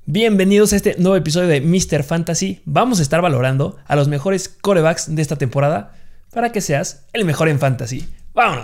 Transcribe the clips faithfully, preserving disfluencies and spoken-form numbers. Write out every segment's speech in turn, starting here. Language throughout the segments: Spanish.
Bienvenidos a este nuevo episodio de míster Fantasy. Vamos a estar valorando a los mejores quarterbacks de esta temporada para que seas el mejor en fantasy. ¡Vámonos!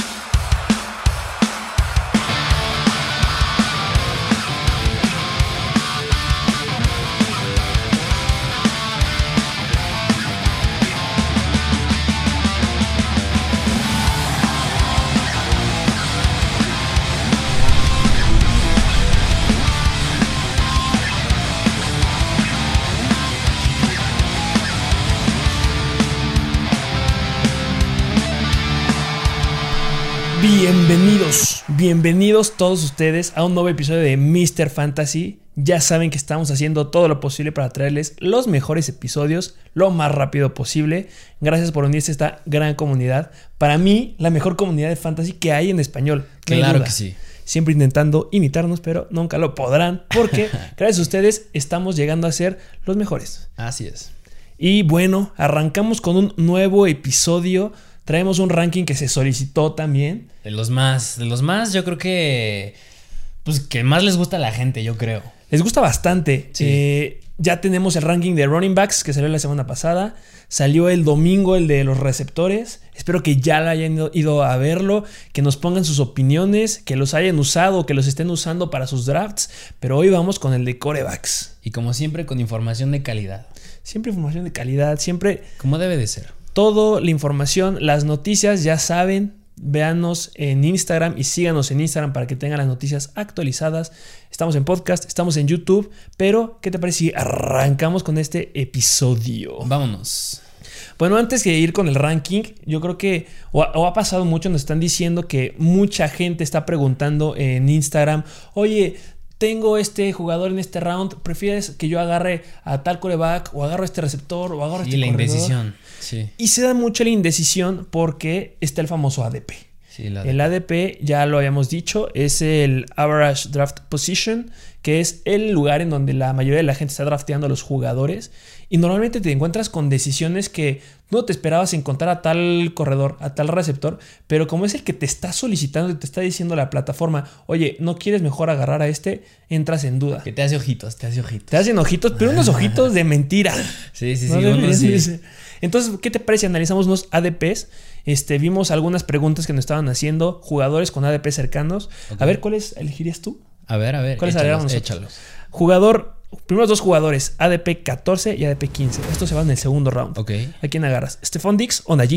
Bienvenidos, bienvenidos todos ustedes a un nuevo episodio de míster Fantasy. Ya saben que estamos haciendo todo lo posible para traerles los mejores episodios lo más rápido posible. Gracias por unirse a esta gran comunidad. Para mí, la mejor comunidad de fantasy que hay en español. Claro que sí. Siempre intentando imitarnos, pero nunca lo podrán porque gracias a ustedes estamos llegando a ser los mejores. Así es. Y bueno, arrancamos con un nuevo episodio. Traemos un ranking que se solicitó también. De los más, de los más, yo creo que... Pues que más les gusta a la gente, yo creo. Les gusta bastante. Sí. Eh, ya tenemos el ranking de running backs que salió la semana pasada. Salió el domingo el de los receptores. Espero que ya lo hayan ido a verlo. Que nos pongan sus opiniones. Que los hayan usado. Que los estén usando para sus drafts. Pero hoy vamos con el de quarterbacks. Y como siempre, con información de calidad. Siempre información de calidad. Siempre... Como debe de ser. Toda la información, las noticias, ya saben, véanos en Instagram y síganos en Instagram para que tengan las noticias actualizadas. Estamos en podcast, estamos en YouTube, pero ¿qué te parece si arrancamos con este episodio? Vámonos. Bueno, antes de ir con el ranking, yo creo que o ha, o ha pasado mucho, nos están diciendo que mucha gente está preguntando en Instagram, oye, tengo este jugador en este round, ¿prefieres que yo agarre a tal quarterback o agarro a este receptor o agarro a este Y la corredor? indecisión, sí. Y se da mucho la indecisión porque está el famoso A D P. Sí, la El A D P, ya lo habíamos dicho, es el Average Draft Position, que es el lugar en donde la mayoría de la gente está drafteando a los jugadores. Y normalmente te encuentras con decisiones que no te esperabas encontrar a tal corredor, a tal receptor, pero como es el que te está solicitando y te está diciendo la plataforma, oye, ¿no quieres mejor agarrar a este? Entras en duda. Que te hace ojitos, te hace ojitos. Te hacen ojitos, pero unos ojitos de mentira. Sí, sí, No sí. deberían Uno sí. de ser. Entonces, ¿qué te parece si analizamos unos A D Ps? Este, vimos algunas preguntas que nos estaban haciendo jugadores con A D P cercanos. Okay. A ver, ¿cuáles elegirías tú? A ver, a ver. ¿Cuáles échalos, agregamos nosotros? échalos. Jugador, primeros dos jugadores, A D P catorce y A D P quince. Estos se van en el segundo round. Ok. ¿A quién agarras? ¿Stephon Diggs o Najee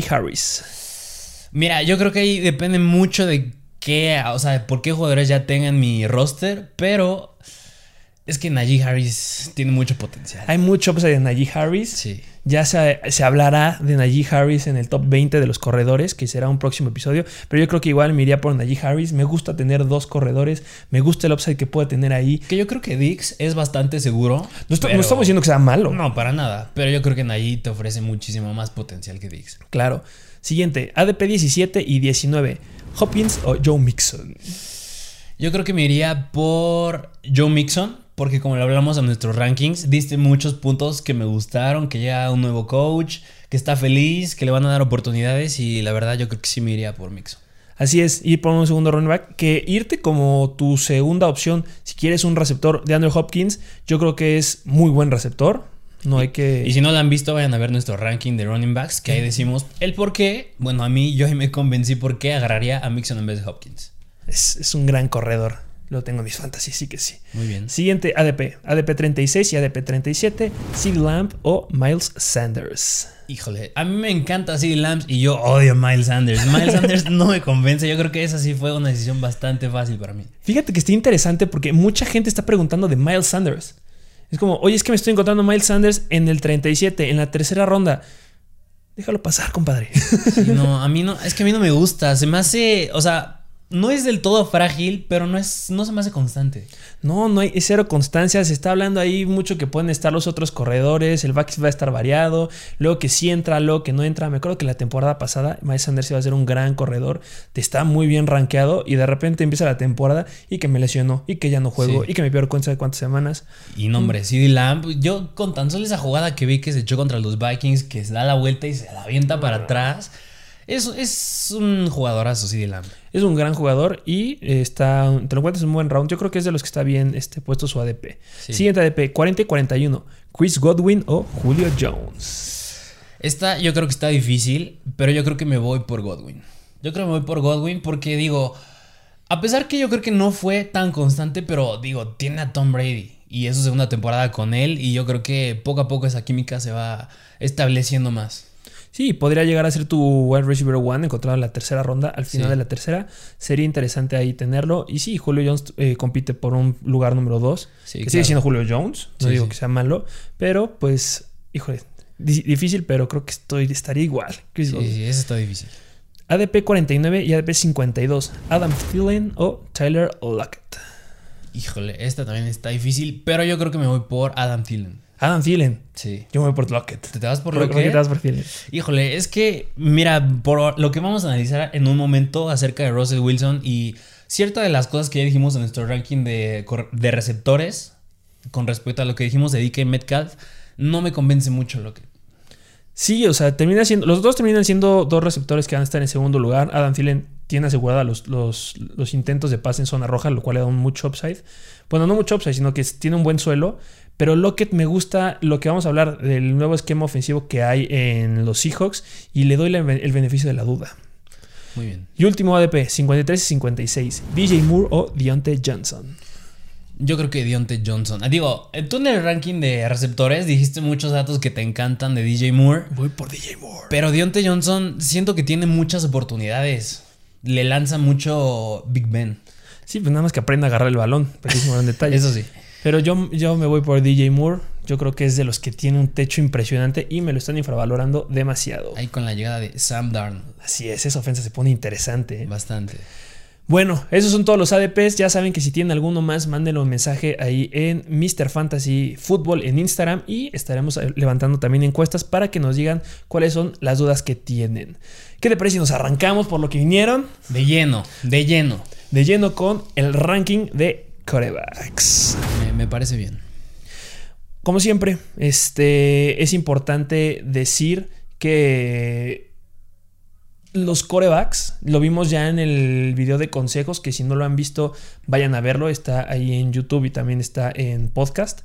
Harris? Mira, yo creo que ahí depende mucho de qué, o sea, de por qué jugadores ya tengan mi roster, pero es que Najee Harris tiene mucho potencial. Hay mucho upside de Najee Harris. Sí. Ya se, se hablará de Najee Harris en el top veinte de los corredores, que será un próximo episodio. Pero yo creo que igual me iría por Najee Harris. Me gusta tener dos corredores. Me gusta el upside que puede tener ahí. Que yo creo que Diggs es bastante seguro. No, esto- pero... no estamos diciendo que sea malo. No, para nada. Pero yo creo que Najee te ofrece muchísimo más potencial que Diggs. Claro. Siguiente, A D P diecisiete y diecinueve. ¿Hopkins o Joe Mixon? Yo creo que me iría por Joe Mixon. Porque como lo hablamos en nuestros rankings, diste muchos puntos que me gustaron, que llega un nuevo coach, que está feliz, que le van a dar oportunidades. Y la verdad yo creo que sí me iría por Mixon. Así es, ir por un segundo running back. Que irte como tu segunda opción, si quieres un receptor de Andrew Hopkins, yo creo que es muy buen receptor. No hay que... Y si no lo han visto, vayan a ver nuestro ranking de running backs, que ahí decimos el por qué. Bueno, a mí yo ahí me convencí por qué agarraría a Mixon en vez de Hopkins. Es, es un gran corredor. Lo tengo en mis fantasies, sí que sí. Muy bien. Siguiente, A D P. A D P treinta y seis y A D P treinta y siete. CeeDee Lamb o Miles Sanders. Híjole, a mí me encanta CeeDee Lamb y yo odio a Miles Sanders. Miles Sanders no me convence. Yo creo que esa sí fue una decisión bastante fácil para mí. Fíjate que está interesante porque mucha gente está preguntando de Miles Sanders. Es como, oye, es que me estoy encontrando a Miles Sanders en el treinta y siete, en la tercera ronda. Déjalo pasar, compadre. Sí, no, a mí no, es que a mí no me gusta. Se me hace, o sea, no es del todo frágil, pero no es, no se me hace constante. No, no hay cero constancia. Se está hablando ahí mucho que pueden estar los otros corredores. El backfield va a estar variado. Luego que sí entra, luego que no entra. Me acuerdo que la temporada pasada Miles Sanders iba a ser un gran corredor. Te está muy bien rankeado. Y de repente empieza la temporada y que me lesionó. Y que ya no juego. Sí. Y que me pierdo cuenta de cuántas semanas. Y no, hombre, CeeDee Lamb. Yo con tan solo esa jugada que vi que se echó contra los Vikings, que se da la vuelta y se la avienta para atrás. Es, es un jugadorazo, CeeDee Lamb. Es un gran jugador y está, te lo encuentras en un buen round. Yo creo que es de los que está bien este, puesto su A D P. Sí. Siguiente A D P, cuarenta y cuarenta y uno. Chris Godwin o Julio Jones. Esta yo creo que está difícil, pero yo creo que me voy por Godwin. Yo creo que me voy por Godwin porque digo, a pesar que yo creo que no fue tan constante, pero digo, tiene a Tom Brady y es su segunda temporada con él y yo creo que poco a poco esa química se va estableciendo más. Sí, podría llegar a ser tu wide receiver one encontrado en la tercera ronda, al final sí. de la tercera. Sería interesante ahí tenerlo. Y sí, Julio Jones eh, compite por un lugar número dos. Sí, que claro. Sigue siendo Julio Jones. No sí, digo sí. que sea malo. Pero pues, híjole, di- difícil, pero creo que estoy, estaría igual. Chris sí, sí, eso está difícil. A D P cuarenta y nueve y A D P cincuenta y dos. Adam Thielen o Tyler Lockett. Híjole, esta también está difícil, pero yo creo que me voy por Adam Thielen. Adam Thielen. Sí. Yo me voy por Lockett. ¿Te, te vas por Lockett? Lockett? Te vas por Thielen. Híjole, es que, mira, por lo que vamos a analizar en un momento acerca de Russell Wilson y ciertas de las cosas que ya dijimos en nuestro ranking de, de receptores con respecto a lo que dijimos de D K Metcalf, no me convence mucho Lockett. Sí, o sea, termina siendo, los dos terminan siendo dos receptores que van a estar en segundo lugar. Adam Thielen tiene asegurada los, los, los intentos de pase en zona roja, lo cual le da un mucho upside. Bueno, no mucho upside, sino que tiene un buen suelo. Pero Lockett me gusta lo que vamos a hablar del nuevo esquema ofensivo que hay en los Seahawks y le doy la, el beneficio de la duda. Muy bien. Y último A D P, cincuenta y tres y cincuenta y seis. D J Moore o Diontae Johnson. Yo creo que Diontae Johnson. Digo, tú en el ranking de receptores dijiste muchos datos que te encantan de D J Moore. Voy por D J Moore. Pero Diontae Johnson siento que tiene muchas oportunidades. Le lanza mucho Big Ben. Sí, pues nada más que aprenda a agarrar el balón. Pequísimo en detalle. Eso sí. Pero yo, yo me voy por D J Moore. Yo creo que es de los que tiene un techo impresionante y me lo están infravalorando demasiado. Ahí con la llegada de Sam Darnold. Así es, esa ofensa se pone interesante. ¿eh? Bastante. Bueno, esos son todos los A D Ps. Ya saben que si tienen alguno más, mándenlo un mensaje ahí en mister Fantasy Football en Instagram y estaremos levantando también encuestas para que nos digan cuáles son las dudas que tienen. ¿Qué te parece si nos arrancamos por lo que vinieron? De lleno, de lleno. De lleno con el ranking de quarterbacks. Me, me parece bien. Como siempre, este, es importante decir que los quarterbacks, lo vimos ya en el video de consejos, que si no lo han visto, vayan a verlo, está ahí en YouTube y también está en podcast.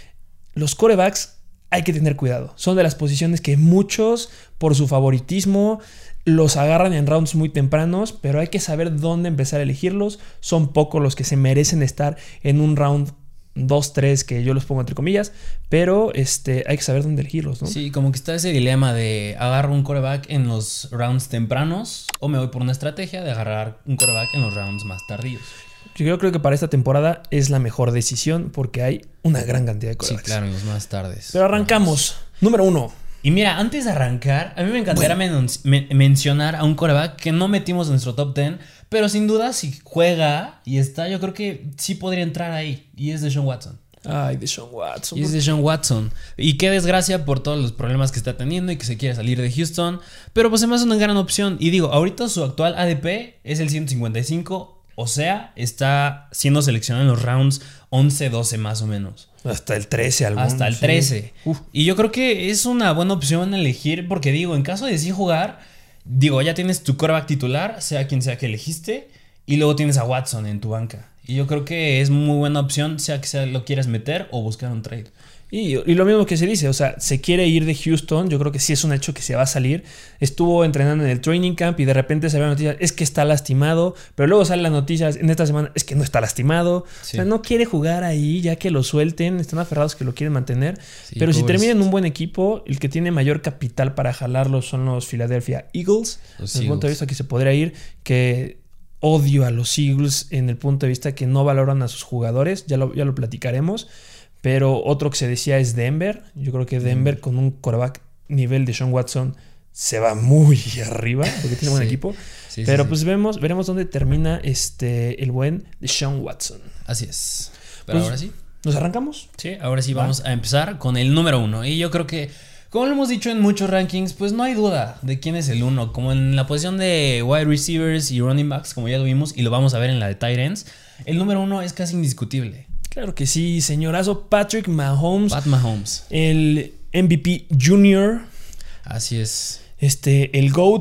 Los quarterbacks hay que tener cuidado, son de las posiciones que muchos, por su favoritismo, los agarran en rounds muy tempranos, pero hay que saber dónde empezar a elegirlos. Son pocos los que se merecen estar en un round dos, tres, que yo los pongo entre comillas, pero este, hay que saber dónde elegirlos, ¿no? Sí, como que está ese dilema de agarro un quarterback en los rounds tempranos o me voy por una estrategia de agarrar un quarterback en los rounds más tardíos. Yo creo que para esta temporada es la mejor decisión porque hay una gran cantidad de quarterbacks. Sí, claro, en los más tardes. Pero arrancamos. Vamos. Número uno. Y mira, antes de arrancar, a mí me encantaría bueno. men- men- mencionar a un quarterback que no metimos en nuestro top diez, pero sin duda si juega y está, yo creo que sí podría entrar ahí. Y es Deshaun Watson. Ay, Deshaun Watson. Y es Deshaun Watson. Y qué desgracia por todos los problemas que está teniendo y que se quiere salir de Houston. Pero pues se me hace una gran opción. Y digo, ahorita su actual A D P es el ciento cincuenta y cinco. O sea, está siendo seleccionado en los rounds once, doce más o menos. Hasta el trece, algún. Hasta el trece. Sí. Y yo creo que es una buena opción elegir porque digo, en caso de sí jugar, digo, ya tienes tu quarterback titular, sea quien sea que elegiste, y luego tienes a Watson en tu banca. Y yo creo que es muy buena opción, sea que sea lo quieras meter o buscar un trade. Y, y lo mismo que se dice, o sea, se quiere ir de Houston, yo creo que sí es un hecho que se va a salir. Estuvo entrenando en el training camp y de repente salió la noticia, es que está lastimado, pero luego salen las noticias en esta semana, es que no está lastimado. Sí. O sea, no quiere jugar ahí, ya que lo suelten, están aferrados que lo quieren mantener. Sí, pero si termina en un buen equipo, el que tiene mayor capital para jalarlo son los Philadelphia Eagles. Desde el punto de vista que se podría ir, que odio a los Eagles en el punto de vista que no valoran a sus jugadores, ya lo, ya lo platicaremos. Pero otro que se decía es Denver. Yo creo que Denver mm. con un quarterback nivel de Deshaun Watson se va muy arriba porque tiene sí. buen equipo. Sí, Pero sí, pues sí. vemos, veremos dónde termina este, el buen Deshaun Watson. Así es. Pero pues, ahora sí. ¿Nos arrancamos? Sí, ahora sí vamos ¿Va? a empezar con el número uno. Y yo creo que, como lo hemos dicho en muchos rankings, pues no hay duda de quién es el uno. Como en la posición de wide receivers y running backs, como ya lo vimos, y lo vamos a ver en la de tight ends, el número uno es casi indiscutible. Claro que sí, señorazo Patrick Mahomes. Pat Mahomes. El M V P Junior. Así es. Este, el GOAT,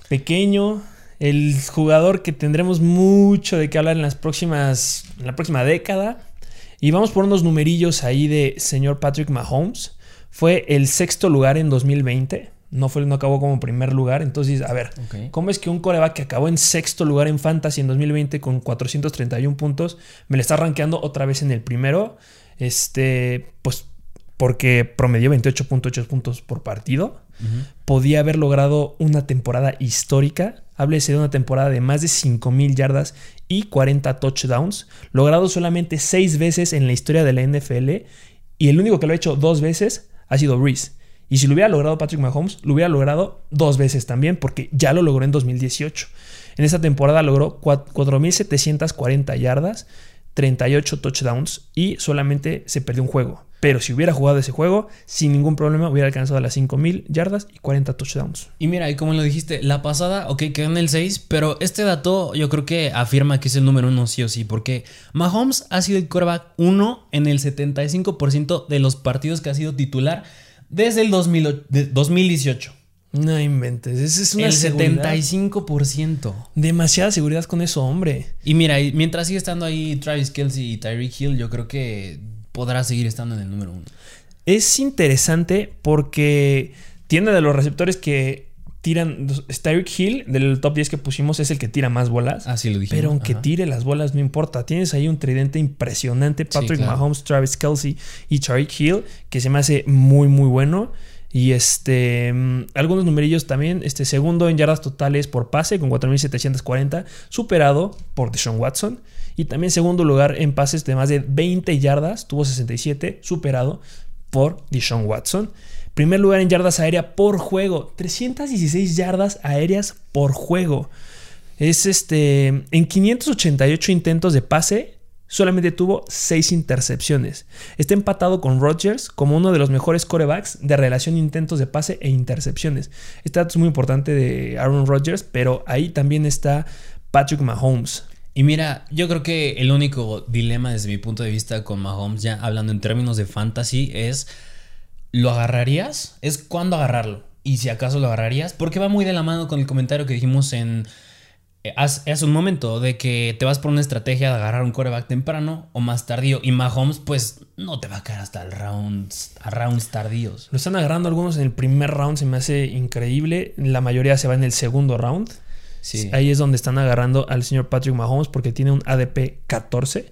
pequeño, el jugador que tendremos mucho de qué hablar en las próximas, en la próxima década. Y vamos por unos numerillos ahí de señor Patrick Mahomes. Fue el sexto lugar en dos mil veinte. No, fue, no acabó como primer lugar. Entonces, a ver, okay. ¿Cómo es que un quarterback que acabó en sexto lugar en Fantasy en dos mil veinte con cuatrocientos treinta y uno puntos me le está rankeando otra vez en el primero? Este, pues porque promedió veintiocho punto ocho puntos por partido. Uh-huh. Podía haber logrado una temporada histórica. Háblese de una temporada de más de cinco mil yardas y cuarenta touchdowns, logrado solamente seis veces en la historia de la N F L. Y el único que lo ha hecho dos veces ha sido Breeze. Y si lo hubiera logrado Patrick Mahomes, lo hubiera logrado dos veces también, porque ya lo logró en dos mil dieciocho. En esa temporada logró cuatro mil setecientas cuarenta yardas, treinta y ocho touchdowns y solamente se perdió un juego. Pero si hubiera jugado ese juego, sin ningún problema hubiera alcanzado las cinco mil yardas y cuarenta touchdowns. Y mira, y como lo dijiste, la pasada, ok, quedó en el seis, pero este dato yo creo que afirma que es el número uno sí o sí, porque Mahomes ha sido el quarterback uno en el setenta y cinco por ciento de los partidos que ha sido titular desde el dos mil dieciocho. No inventes, esa es una el seguridad. setenta y cinco por ciento. Demasiada seguridad con eso, hombre. Y mira, mientras sigue estando ahí Travis Kelce y Tyreek Hill, yo creo que podrá seguir estando en el número uno. Es interesante porque tiene de los receptores que tiran. Tyreek Hill, del top diez que pusimos, es el que tira más bolas. Ah, sí, lo dijimos. Pero aunque Ajá. tire las bolas, no importa. Tienes ahí un tridente impresionante: Patrick sí, claro. Mahomes, Travis Kelce y Tyreek Hill, que se me hace muy, muy bueno. Y este algunos numerillos también. Este segundo en yardas totales por pase con cuatro mil setecientos cuarenta, superado por Deshaun Watson. Y también segundo lugar en pases de más de veinte yardas, tuvo sesenta y siete, superado por Deshaun Watson. Primer lugar en yardas aéreas por juego, trescientas dieciséis yardas aéreas por juego. Es este en quinientos ochenta y ocho intentos de pase, solamente tuvo seis intercepciones. Está empatado con Rodgers como uno de los mejores quarterbacks de relación intentos de pase e intercepciones. Este dato es muy importante de Aaron Rodgers, pero ahí también está Patrick Mahomes. Y mira, yo creo que el único dilema desde mi punto de vista con Mahomes, ya hablando en términos de fantasy, es ¿lo agarrarías? Es cuándo agarrarlo. Y si acaso lo agarrarías, porque va muy de la mano con el comentario que dijimos en hace, hace un momento, de que te vas por una estrategia de agarrar un quarterback temprano o más tardío. Y Mahomes, pues, no te va a caer hasta el rounds, a rounds tardíos. Lo están agarrando algunos en el primer round, se me hace increíble. La mayoría se va en el segundo round. Sí. Ahí es donde están agarrando al señor Patrick Mahomes porque tiene un A D P catorce.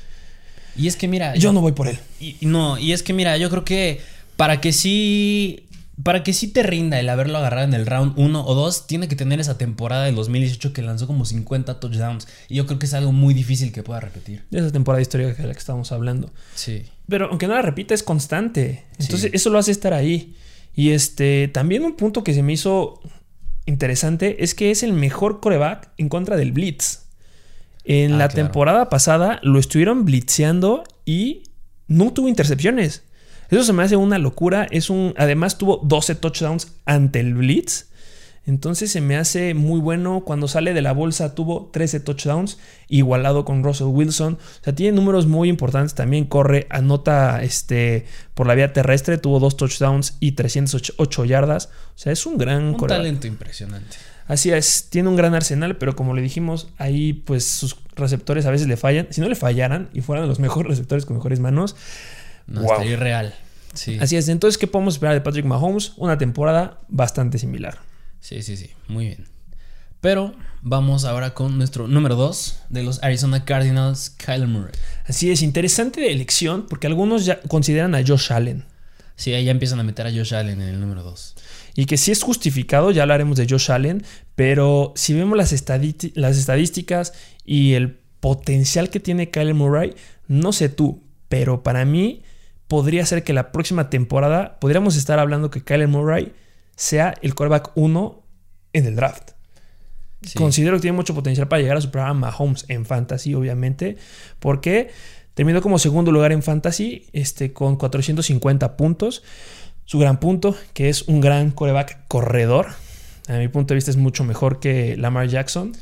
Y es que mira, yo, yo no voy por él. Y, no, y es que mira, yo creo que para que sí para que sí te rinda el haberlo agarrado en el round uno o dos, tiene que tener esa temporada del dos mil dieciocho que lanzó como cincuenta touchdowns. Y yo creo que es algo muy difícil que pueda repetir. Esa temporada histórica de la que estamos hablando. Sí. Pero aunque no la repita, es constante. Entonces sí, eso lo hace estar ahí. Y este también un punto que se me hizo interesante es que es el mejor quarterback en contra del blitz. En ah, la claro. temporada pasada lo estuvieron blitzeando y no tuvo intercepciones. Eso se me hace una locura. Es un, además tuvo doce touchdowns ante el blitz. Entonces se me hace muy bueno. Cuando sale de la bolsa tuvo trece touchdowns, igualado con Russell Wilson. O sea, tiene números muy importantes. También corre, anota este, por la vía terrestre. Tuvo dos touchdowns y trescientas ocho yardas. O sea, es un gran Un quarterback. talento impresionante. Así es, tiene un gran arsenal, pero como le dijimos, ahí pues sus receptores a veces le fallan. Si no le fallaran y fueran los mejores receptores con mejores manos, no, wow. Estaría irreal. Sí. Así es. Entonces, ¿qué podemos esperar de Patrick Mahomes? Una temporada bastante similar. Sí, sí, sí. Muy bien. Pero vamos ahora con nuestro número dos de los Arizona Cardinals, Kyler Murray. Así es, interesante de elección porque algunos ya consideran a Josh Allen. Sí, ahí ya empiezan a meter a Josh Allen en el número dos. Y que sí es justificado, ya hablaremos de Josh Allen, pero si vemos las, estadí- las estadísticas y el potencial que tiene Kyler Murray, no sé tú, pero para mí podría ser que la próxima temporada podríamos estar hablando que Kyler Murray sea el quarterback uno en el draft. Sí. Considero que tiene mucho potencial para llegar a superar a Mahomes en fantasy, obviamente, porque terminó como segundo lugar en fantasy este, con cuatrocientos cincuenta puntos. Su gran punto, que es un gran quarterback corredor. A mi punto de vista es mucho mejor que Lamar Jackson.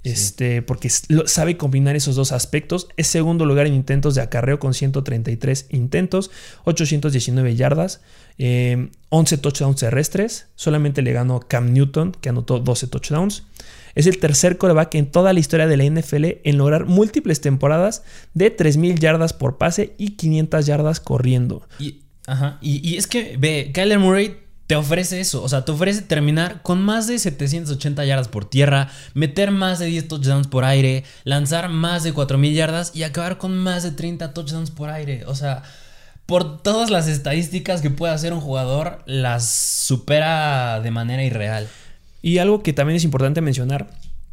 Sí. Este, porque sabe combinar esos dos aspectos. Es segundo lugar en intentos de acarreo con ciento treinta y tres intentos, ochocientas diecinueve yardas, eh, once touchdowns terrestres. Solamente le ganó Cam Newton, que anotó doce touchdowns. Es el tercer quarterback en toda la historia de la N F L en lograr múltiples temporadas de tres mil yardas por pase y quinientas yardas corriendo. Y, ajá, y, y es que, ve, Kyler Murray te ofrece eso. O sea, te ofrece terminar con más de setecientas ochenta yardas por tierra, meter más de diez touchdowns por aire, lanzar más de cuatro mil yardas y acabar con más de treinta touchdowns por aire. O sea, por todas las estadísticas que puede hacer un jugador, las supera de manera irreal. Y algo que también es importante mencionar,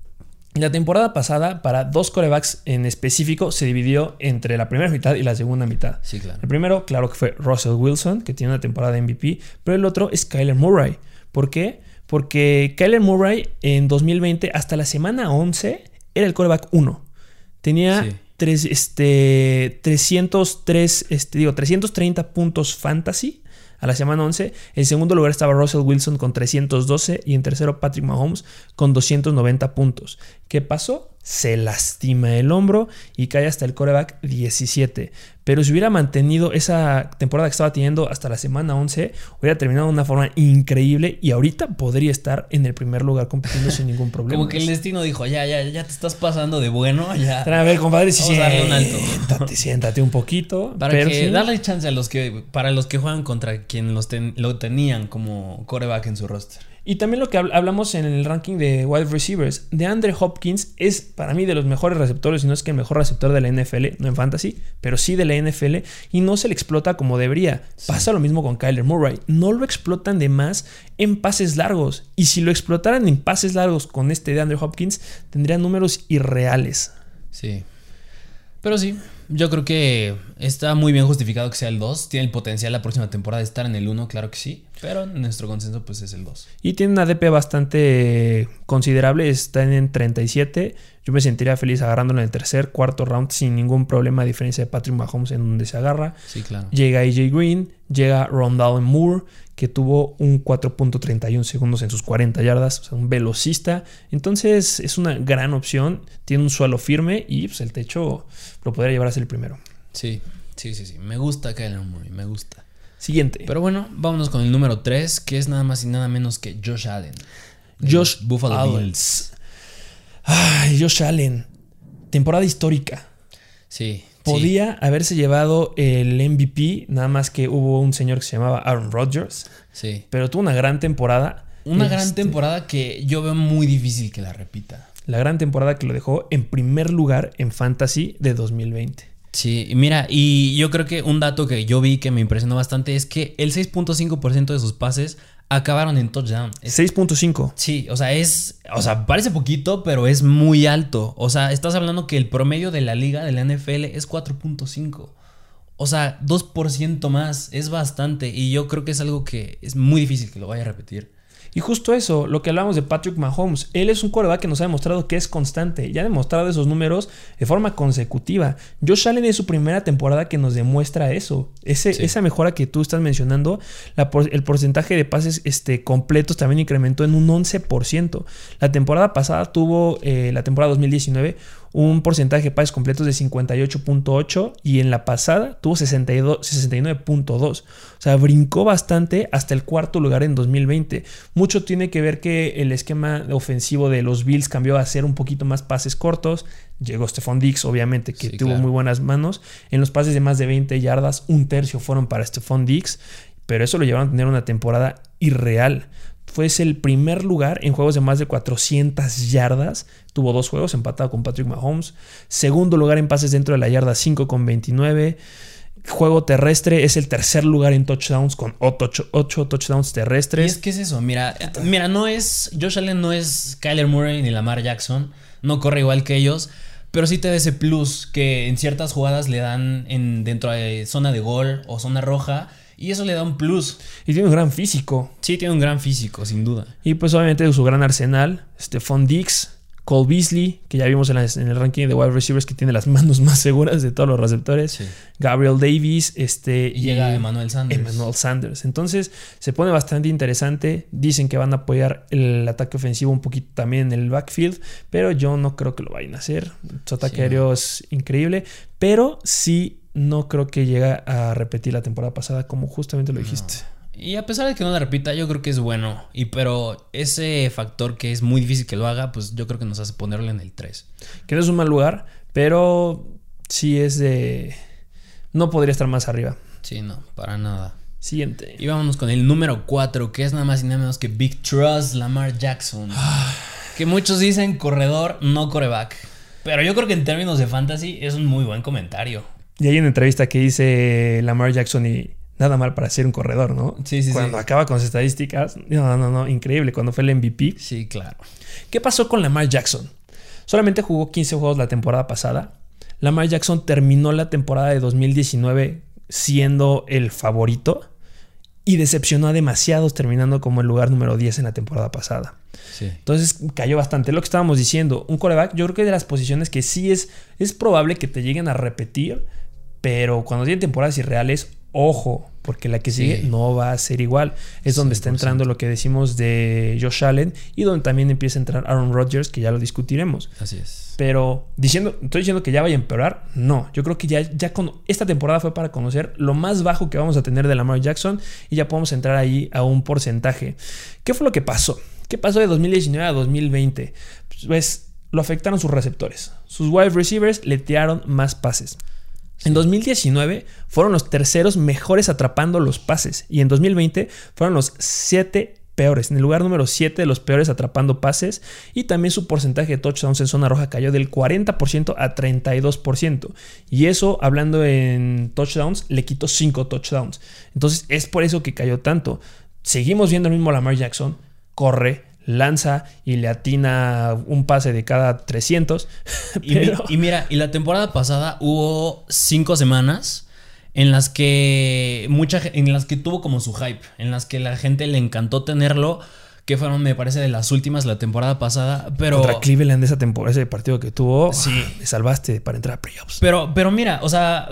la temporada pasada para dos quarterbacks en específico se dividió entre la primera mitad y la segunda mitad. Sí, claro. El primero, claro que fue Russell Wilson, que tiene una temporada de M V P, pero el otro es Kyler Murray. ¿Por qué? Porque Kyler Murray en dos mil veinte hasta la semana once era el quarterback uno. Tenía Sí. tres, este, trescientos tres, este, digo, trescientos treinta puntos fantasy. A la semana once, en segundo lugar estaba Russell Wilson con trescientos doce y en tercero Patrick Mahomes con doscientos noventa puntos. ¿Qué pasó? Se lastima el hombro y cae hasta el quarterback diecisiete. Pero si hubiera mantenido esa temporada que estaba teniendo hasta la semana once, hubiera terminado de una forma increíble y ahorita podría estar en el primer lugar compitiendo sin ningún problema. Como que el destino dijo, ya, ya, ya te estás pasando de bueno, ya. A ver, compadre, si Vamos a darle un alto. Siéntate, siéntate un poquito. Para pero que sí. darle chance a los que, para los que juegan contra quien los ten, lo tenían como quarterback en su roster. Y también lo que hablamos en el ranking de wide receivers, DeAndre Hopkins es para mí de los mejores receptores, si no es que el mejor receptor de la N F L, no en fantasy, pero sí de la N F L, y no se le explota como debería. Sí. Pasa lo mismo con Kyler Murray, no lo explotan de más en pases largos, y si lo explotaran en pases largos con este DeAndre Hopkins, tendrían números irreales. Sí. Pero sí, yo creo que está muy bien justificado que sea el dos. Tiene el potencial la próxima temporada de estar en el uno, claro que sí. Pero nuestro consenso pues es el dos. Y tiene una D P bastante considerable, está en treinta y siete. Yo me sentiría feliz agarrándolo en el tercer, cuarto round sin ningún problema, a diferencia de Patrick Mahomes en donde se agarra. Sí, claro. Llega A J Green, llega Rondale Moore, que tuvo un cuatro punto treinta y uno segundos en sus cuarenta yardas, o sea, un velocista. Entonces es una gran opción, tiene un suelo firme y pues, el techo lo podría llevar a ser el primero. Sí, sí, sí, sí. Me gusta Kyler Murray, me gusta. Siguiente. Pero bueno, vámonos con el número tres, que es nada más y nada menos que Josh Allen. Josh Buffalo Allen. Bills. Ay, Josh Allen. Temporada histórica. Sí. Podía sí. haberse llevado el M V P, nada más que hubo un señor que se llamaba Aaron Rodgers. Sí. Pero tuvo una gran temporada. Una este, gran temporada que yo veo muy difícil que la repita. La gran temporada que lo dejó en primer lugar en Fantasy de dos mil veinte. Sí, mira, y yo creo que un dato que yo vi que me impresionó bastante es que el seis punto cinco por ciento de sus pases acabaron en touchdown. seis punto cinco. Sí, o sea, es, o sea, parece poquito, pero es muy alto. O sea, estás hablando que el promedio de la liga de la N F L es cuatro punto cinco. O sea, dos por ciento más, es bastante. Y yo creo que es algo que es muy difícil que lo vaya a repetir. Y justo eso, lo que hablamos de Patrick Mahomes, él es un quarterback que nos ha demostrado que es constante, ya ha demostrado esos números de forma consecutiva. Josh Allen es su primera temporada que nos demuestra eso, ese, sí. esa mejora que tú estás mencionando, la, el porcentaje de pases este, completos también incrementó en un once por ciento. La temporada pasada tuvo, eh, la temporada dos mil diecinueve, un porcentaje de pases completos de cincuenta y ocho punto ocho y en la pasada tuvo sesenta y nueve punto dos. O sea, brincó bastante hasta el cuarto lugar en dos mil veinte. Mucho tiene que ver que el esquema ofensivo de los Bills cambió a ser un poquito más pases cortos. Llegó Stephon Diggs, obviamente, que sí, tuvo claro. muy buenas manos. En los pases de más de veinte yardas, un tercio fueron para Stephon Diggs, pero eso lo llevaron a tener una temporada irreal. Fue el primer lugar en juegos de más de cuatrocientas yardas. Tuvo dos juegos, empatado con Patrick Mahomes. Segundo lugar en pases dentro de la yarda, cinco con veintinueve. Juego terrestre es el tercer lugar en touchdowns con ocho touchdowns terrestres. Y es que es eso, mira, mira, no es Josh Allen, no es Kyler Murray ni Lamar Jackson, no corre igual que ellos, pero sí te da ese plus que en ciertas jugadas le dan en, dentro de zona de gol o zona roja. Y eso le da un plus. Y tiene un gran físico. Sí, tiene un gran físico, sin duda. Y pues obviamente su gran arsenal, Stephon Diggs, Cole Beasley, que ya vimos en, la, en el ranking de wide receivers que tiene las manos más seguras de todos los receptores. Sí. Gabriel Davis. Este, y, y llega Emmanuel Sanders. Emmanuel Sanders. Entonces se pone bastante interesante. Dicen que van a apoyar el ataque ofensivo un poquito también en el backfield, pero yo no creo que lo vayan a hacer. Su ataque sí, aéreo no. es increíble, pero sí no creo que llegue a repetir la temporada pasada como justamente lo dijiste. No. Y a pesar de que no la repita, yo creo que es bueno. Y pero ese factor que es muy difícil que lo haga, pues yo creo que nos hace ponerle en el tres. Que no es un mal lugar, pero sí es de... No podría estar más arriba. Sí, no, para nada. Siguiente. Y vámonos con el número cuatro, que es nada más y nada menos que Big Trust, Lamar Jackson. Que muchos dicen corredor, no quarterback. Pero yo creo que en términos de fantasy es un muy buen comentario. Y hay una entrevista que dice Lamar Jackson y... Nada mal para ser un corredor, ¿no? Sí, sí, Cuando sí. acaba con sus estadísticas. No, no, no. Increíble. Cuando fue el M V P. Sí, claro. ¿Qué pasó con Lamar Jackson? Solamente jugó quince juegos la temporada pasada. Lamar Jackson terminó la temporada de dos mil diecinueve siendo el favorito y decepcionó a demasiados terminando como el lugar número diez en la temporada pasada. Sí. Entonces cayó bastante. Lo que estábamos diciendo, un quarterback, yo creo que de las posiciones que sí es, es probable que te lleguen a repetir, pero cuando tienen temporadas irreales, ojo, porque la que sigue sí. no va a ser igual. Es donde cien por ciento. Está entrando lo que decimos de Josh Allen y donde también empieza a entrar Aaron Rodgers, que ya lo discutiremos. Así es. Pero diciendo, estoy diciendo que ya vaya a empeorar. No, yo creo que ya, ya con esta temporada fue para conocer lo más bajo que vamos a tener de Lamar Jackson y ya podemos entrar ahí a un porcentaje. ¿Qué fue lo que pasó? ¿Qué pasó de dos mil diecinueve a dos mil veinte? Pues lo afectaron sus receptores. Sus wide receivers le tiraron más pases. Sí. En dos mil diecinueve fueron los terceros mejores atrapando los pases y en dos mil veinte fueron los siete peores, en el lugar número siete de los peores atrapando pases, y también su porcentaje de touchdowns en zona roja cayó del cuarenta por ciento a treinta y dos por ciento, y eso, hablando en touchdowns, le quitó cinco touchdowns. Entonces es por eso que cayó tanto. Seguimos viendo el mismo Lamar Jackson, corre, lanza y le atina un pase de cada trescientos. Y, pero... mi, y mira, y la temporada pasada hubo cinco semanas en las que mucha en las que tuvo como su hype, en las que la gente le encantó tenerlo, que fueron, me parece, de las últimas la temporada pasada, pero contra Cleveland, esa temporada, ese partido que tuvo, sí, le salvaste para entrar a playoffs. Pero pero mira, o sea,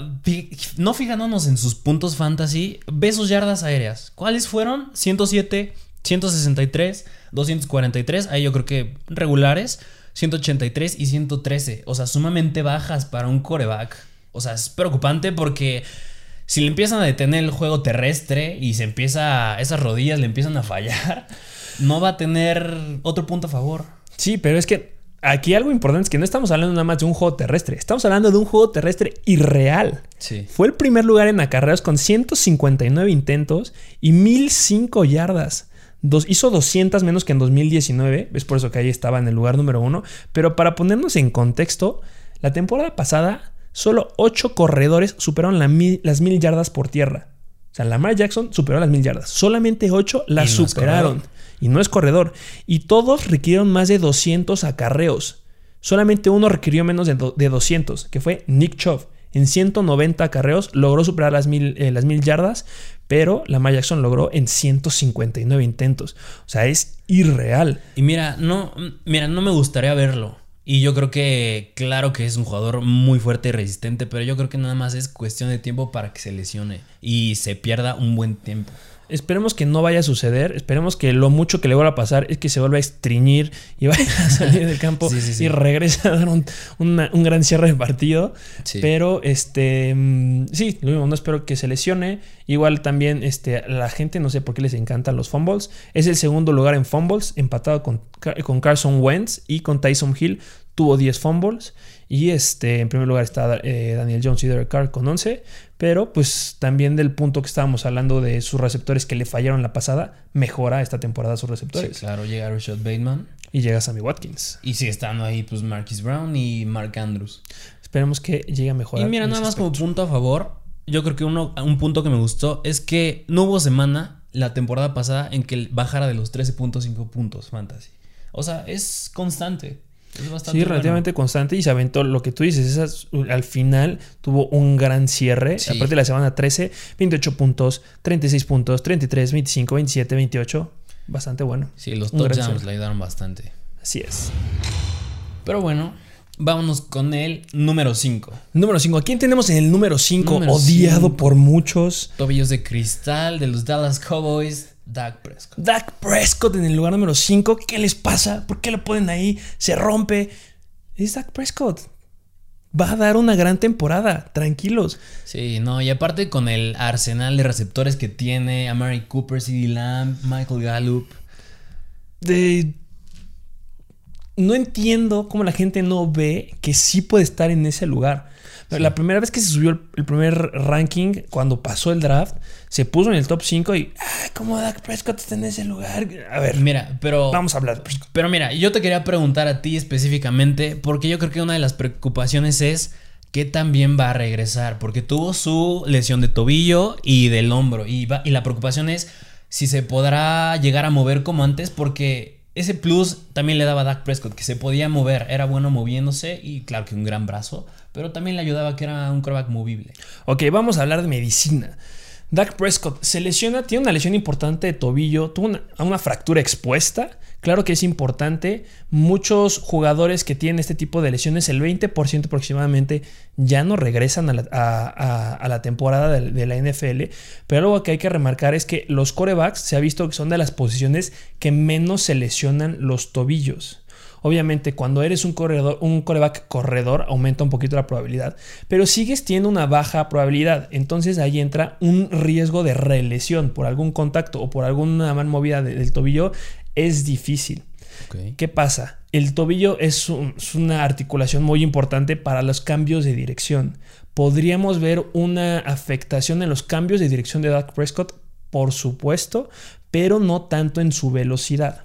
no fijándonos en sus puntos fantasy, ve sus yardas aéreas. ¿Cuáles fueron? ciento siete, ciento sesenta y tres, doscientos cuarenta y tres, ahí yo creo que regulares, ciento ochenta y tres y ciento trece, o sea, sumamente bajas para un quarterback. O sea, es preocupante porque si le empiezan a detener el juego terrestre y se empieza, esas rodillas le empiezan a fallar, no va a tener otro punto a favor. Sí, pero es que aquí algo importante es que no estamos hablando nada más de un juego terrestre, estamos hablando de un juego terrestre irreal. Sí. Fue el primer lugar en acarreos con ciento cincuenta y nueve intentos y mil cinco yardas. Dos, hizo doscientas menos que en dos mil diecinueve, es por eso que ahí estaba en el lugar número uno. Pero para ponernos en contexto, la temporada pasada solo ocho corredores superaron la mil, las mil yardas por tierra. O sea, Lamar Jackson superó las mil yardas. Solamente ocho las no superaron. Y no es corredor. Y todos requirieron más de doscientos acarreos. Solamente uno requirió menos de, do, de doscientos, que fue Nick Chubb. En ciento noventa acarreos logró superar las mil, eh, las mil yardas, pero Lamar Jackson logró en ciento cincuenta y nueve intentos. O sea, es irreal. Y mira, no, mira, no me gustaría verlo. Y yo creo que, claro que es un jugador muy fuerte y resistente, pero yo creo que nada más es cuestión de tiempo para que se lesione y se pierda un buen tiempo. Esperemos que no vaya a suceder. Esperemos que lo mucho que le vuelva a pasar es que se vuelva a estreñir y vaya a salir del campo sí, sí, sí. y regrese a dar un, una, un gran cierre de partido. Sí. Pero este sí, lo mismo, no espero que se lesione. Igual también este, la gente, no sé por qué les encantan los fumbles. Es el segundo lugar en fumbles, empatado con, con Carson Wentz y con Tyson Hill. Tuvo diez fumbles. Y este, en primer lugar está eh, Daniel Jones y Derek Carr con once. Pero pues también del punto que estábamos hablando de sus receptores que le fallaron la pasada, mejora esta temporada sus receptores. Sí, claro, llega Rashad Bateman. Y llega Sammy Watkins. Y sigue estando ahí pues Marquise Brown y Mark Andrews. Esperemos que llegue a mejorar. Y mira, nada más aspecto. Como punto a favor, yo creo que uno, un punto que me gustó es que no hubo semana la temporada pasada en que bajara de los trece punto cinco puntos fantasy. O sea, es constante. Es bastante sí, relativamente bueno. Constante y se aventó lo que tú dices. Esas, al final tuvo un gran cierre. Sí. Aparte de la semana trece, veintiocho puntos, treinta y seis puntos, treinta y tres, veinticinco, veintisiete, veintiocho. Bastante bueno. Sí, los touchdowns le ayudaron bastante. Así es. Pero bueno, vámonos con el número cinco. Número cinco. ¿A quién tenemos en el número cinco? Número Odiado cinco. por muchos. Tobillos de cristal de los Dallas Cowboys, Dak Prescott. Dak Prescott en el lugar número cinco. ¿Qué les pasa? ¿Por qué lo ponen ahí? Se rompe. Es Dak Prescott. Va a dar una gran temporada. Tranquilos. Sí, no, y aparte con el arsenal de receptores que tiene, Amari Cooper, CeeDee Lamb, Michael Gallup. De... No entiendo cómo la gente no ve que sí puede estar en ese lugar. Sí. La primera vez que se subió el, el primer ranking, cuando pasó el draft, se puso en el top cinco y... Ah, ¿cómo Dak Prescott está en ese lugar? A ver, mira, pero... Vamos a hablar de Prescott. Pero mira, yo te quería preguntar a ti específicamente, porque yo creo que una de las preocupaciones es qué tan bien va a regresar, porque tuvo su lesión de tobillo y del hombro, y, va, y la preocupación es si se podrá llegar a mover como antes, porque... Ese plus también le daba a Dak Prescott, que se podía mover, era bueno moviéndose y claro que un gran brazo, pero también le ayudaba que era un quarterback movible. Ok, vamos a hablar de medicina. Dak Prescott se lesiona, tiene una lesión importante de tobillo, tuvo una, una fractura expuesta. Claro que es importante. Muchos jugadores que tienen este tipo de lesiones, el veinte por ciento aproximadamente, ya no regresan a la, a, a, a la temporada de, de la N F L. Pero algo que hay que remarcar es que los quarterbacks se ha visto que son de las posiciones que menos se lesionan los tobillos. Obviamente, cuando eres un corredor, un quarterback corredor, aumenta un poquito la probabilidad, pero sigues teniendo una baja probabilidad. Entonces ahí entra un riesgo de relesión por algún contacto o por alguna mal movida de, del tobillo. Es difícil. Okay. ¿Qué pasa? El tobillo es, un, es una articulación muy importante para los cambios de dirección. ¿Podríamos ver una afectación en los cambios de dirección de Dak Prescott? Por supuesto, pero no tanto en su velocidad.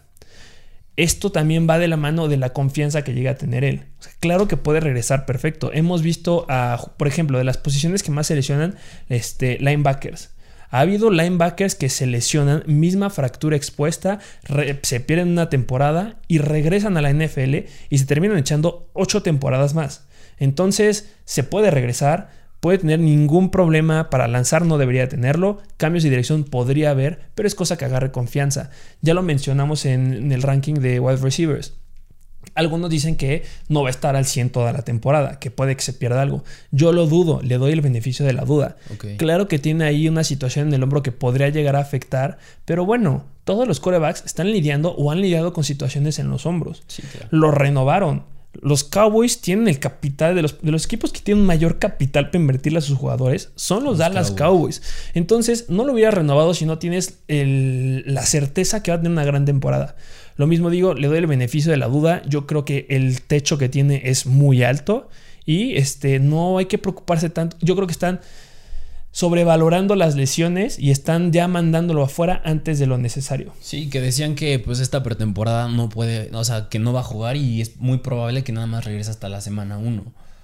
Esto también va de la mano de la confianza que llega a tener él. O sea, claro que puede regresar perfecto. Hemos visto, a, por ejemplo, de las posiciones que más se lesionan, este, linebackers. Ha habido linebackers que se lesionan, misma fractura expuesta, re, se pierden una temporada y regresan a la N F L y se terminan echando ocho temporadas más. Entonces, se puede regresar. Puede tener ningún problema para lanzar, no debería tenerlo. Cambios de dirección podría haber, pero es cosa que agarre confianza. Ya lo mencionamos en, en el ranking de wide receivers. Algunos dicen que no va a estar al cien toda la temporada, que puede que se pierda algo. Yo lo dudo, le doy el beneficio de la duda. Okay. Claro que tiene ahí una situación en el hombro que podría llegar a afectar, pero bueno, todos los quarterbacks están lidiando o han lidiado con situaciones en los hombros. Sí, claro. Lo renovaron. Los Cowboys tienen el capital de los, de los equipos que tienen mayor capital para invertirle a sus jugadores. Son los, los Dallas Cowboys. Cowboys. Entonces, no lo hubieras renovado si no tienes el, la certeza que va a tener una gran temporada. Lo mismo digo, le doy el beneficio de la duda. Yo creo que el techo que tiene es muy alto y este, no hay que preocuparse tanto. Yo creo que están sobrevalorando las lesiones y están ya mandándolo afuera antes de lo necesario. Sí, que decían que pues esta pretemporada no puede, o sea, que no va a jugar y es muy probable que nada más regrese hasta la semana uno.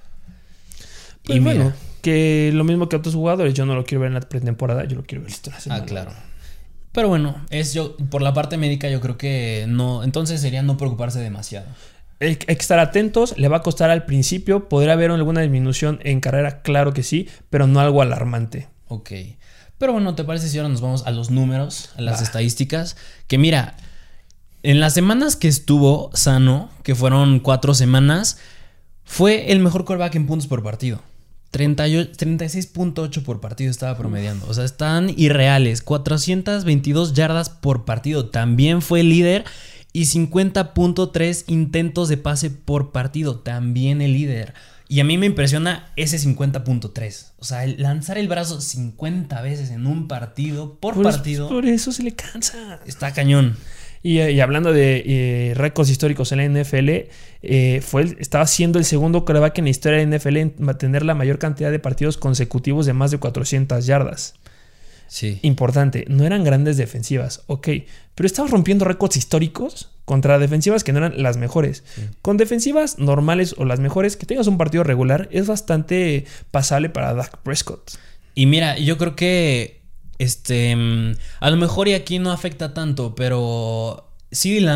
Pues y bueno, mira, que lo mismo que otros jugadores, yo no lo quiero ver en la pretemporada, yo lo quiero ver esta semana. Ah, claro. Pero bueno, es yo por la parte médica yo creo que no, entonces sería no preocuparse demasiado. Hay que estar atentos, le va a costar al principio, podrá haber alguna disminución en carrera, claro que sí, pero no algo alarmante. Ok, pero bueno, ¿te parece si ahora nos vamos a los números, a las Va. estadísticas? Que mira, en las semanas que estuvo sano, que fueron cuatro semanas, fue el mejor quarterback en puntos por partido. treinta y seis punto ocho por partido estaba promediando. O sea, están irreales. cuatrocientas veintidós yardas por partido. También fue líder. Y cincuenta punto tres intentos de pase por partido. También el líder. Y a mí me impresiona ese cincuenta punto tres. O sea, el lanzar el brazo cincuenta veces en un partido por, por partido. Eso, por eso se le cansa. Está cañón. Y, y hablando de eh, récords históricos en la N F L, eh, fue el, estaba siendo el segundo quarterback en la historia de la N F L en tener la mayor cantidad de partidos consecutivos de más de cuatrocientas yardas. Sí. Importante, no eran grandes defensivas, ok, pero estabas rompiendo récords históricos contra defensivas que no eran las mejores. Sí. Con defensivas normales o las mejores, que tengas un partido regular es bastante pasable para Dak Prescott. Y mira, yo creo que este a lo mejor y aquí no afecta tanto, pero CeeDee Lamb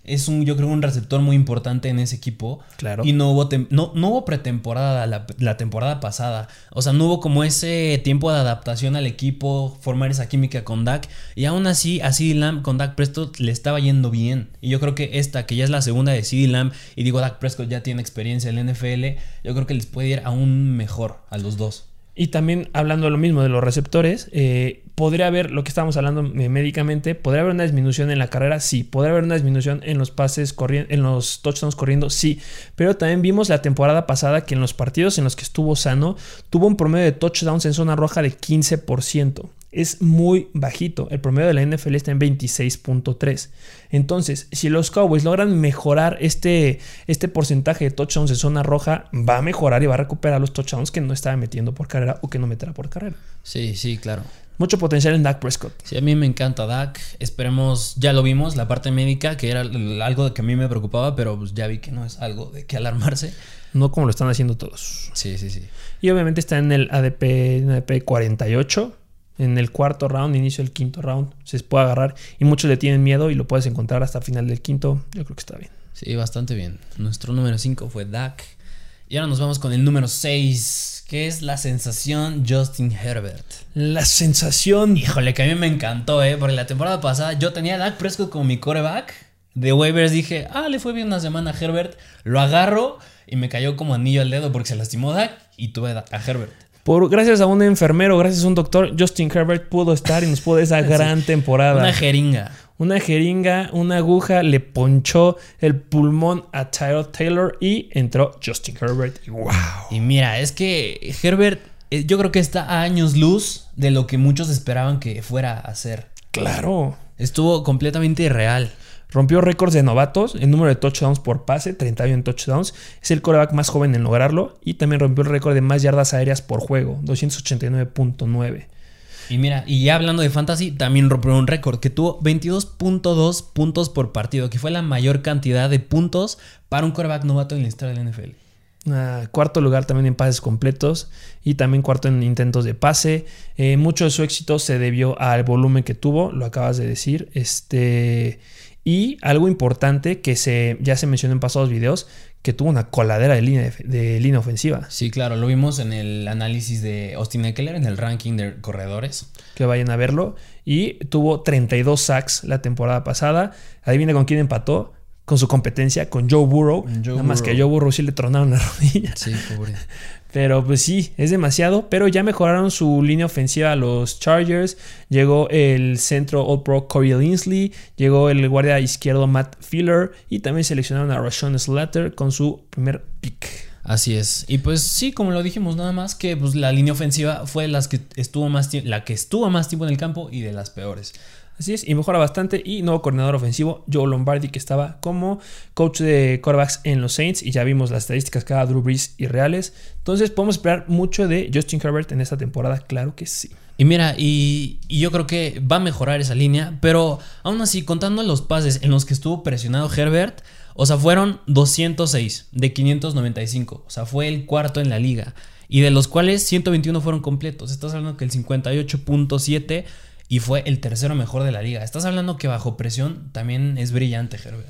Es un, yo creo, un receptor muy importante en ese equipo. Claro. Y no hubo, tem- no, no hubo pretemporada la, la temporada pasada. O sea, no hubo como ese tiempo de adaptación al equipo, formar esa química con Dak. Y aún así, a CeeDee Lamb con Dak Prescott le estaba yendo bien. Y yo creo que esta, que ya es la segunda de CeeDee Lamb, y digo, Dak Prescott ya tiene experiencia en la N F L, yo creo que les puede ir aún mejor a los dos. Y también hablando de lo mismo de los receptores, eh, podría haber, lo que estábamos hablando eh, médicamente, podría haber una disminución en la carrera, sí. Podría haber una disminución en los pases corriendo, en los touchdowns corriendo, sí. Pero también vimos la temporada pasada que en los partidos en los que estuvo sano, tuvo un promedio de touchdowns en zona roja de quince por ciento. Es muy bajito. El promedio de la N F L está en veintiséis punto tres. Entonces, si los Cowboys logran mejorar este, este porcentaje de touchdowns en zona roja, va a mejorar y va a recuperar los touchdowns que no estaba metiendo por carrera o que no meterá por carrera. Sí, sí, claro. Mucho potencial en Dak Prescott. Sí, a mí me encanta Dak. Esperemos, ya lo vimos, la parte médica, que era algo que a mí me preocupaba, pero pues ya vi que no es algo de que alarmarse. No como lo están haciendo todos. Sí, sí, sí. Y obviamente está en el A D P, en el A D P cuarenta y ocho. En el cuarto round, inicio del quinto round, se puede agarrar. Y muchos le tienen miedo y lo puedes encontrar hasta final del quinto. Yo creo que está bien. Sí, bastante bien. Nuestro número cinco fue Dak. Y ahora nos vamos con el número seis, que es la sensación Justin Herbert. La sensación. Híjole, que a mí me encantó, ¿eh? Porque la temporada pasada yo tenía a Dak Prescott como mi quarterback. De waivers dije, ah, le fue bien una semana a Herbert. Lo agarro y me cayó como anillo al dedo porque se lastimó Dak y tuve a Herbert. Por, gracias a un enfermero, gracias a un doctor, Justin Herbert pudo estar y nos pudo esa gran sí, temporada. Una jeringa. Una jeringa, una aguja, le ponchó el pulmón a Tyrod Taylor y entró Justin Herbert. Y wow. Y mira, es que Herbert, yo creo que está a años luz de lo que muchos esperaban que fuera a hacer. Claro. Estuvo completamente irreal. Rompió récords de novatos en número de touchdowns por pase, treinta y uno touchdowns. Es el quarterback más joven en lograrlo. Y también rompió el récord de más yardas aéreas por juego, doscientos ochenta y nueve punto nueve. Y mira, y ya hablando de fantasy, también rompió un récord que tuvo veintidós punto dos puntos por partido, que fue la mayor cantidad de puntos para un quarterback novato en la historia de la N F L. Uh, cuarto lugar también en pases completos y también cuarto en intentos de pase. Eh, mucho de su éxito se debió al volumen que tuvo, lo acabas de decir. Este... Y algo importante que se, ya se mencionó en pasados videos, que tuvo una coladera de línea, de, de línea ofensiva. Sí, claro, lo vimos en el análisis de Austin Ekeler, en el ranking de corredores. Que vayan a verlo. Y tuvo treinta y dos sacks la temporada pasada. Adivina con quién empató. Con su competencia, con Joe Burrow. Joe Nada más Burrow. Que a Joe Burrow sí le tronaron la rodilla. Sí, pobre. Pero pues sí, es demasiado. Pero ya mejoraron su línea ofensiva a los Chargers. Llegó el centro All-Pro Corey Linsley. Llegó el guardia izquierdo Matt Filler. Y también seleccionaron a Rashawn Slater con su primer pick. Así es. Y pues sí, como lo dijimos, nada más que pues, la línea ofensiva fue las que estuvo más tie- la que estuvo más tiempo en el campo y de las peores. Así es, y mejora bastante. Y nuevo coordinador ofensivo, Joe Lombardi, que estaba como coach de quarterbacks en los Saints. Y ya vimos las estadísticas cada Drew Brees irreales. Entonces podemos esperar mucho de Justin Herbert en esta temporada, claro que sí. Y mira, y, y yo creo que va a mejorar esa línea. Pero aún así, contando los pases en los que estuvo presionado Herbert, o sea, fueron doscientos seis de quinientos noventa y cinco. O sea, fue el cuarto en la liga. Y de los cuales ciento veintiuno fueron completos. Estás hablando que el cincuenta y ocho punto siete... y fue el tercero mejor de la liga. Estás hablando que bajo presión también es brillante Herbert.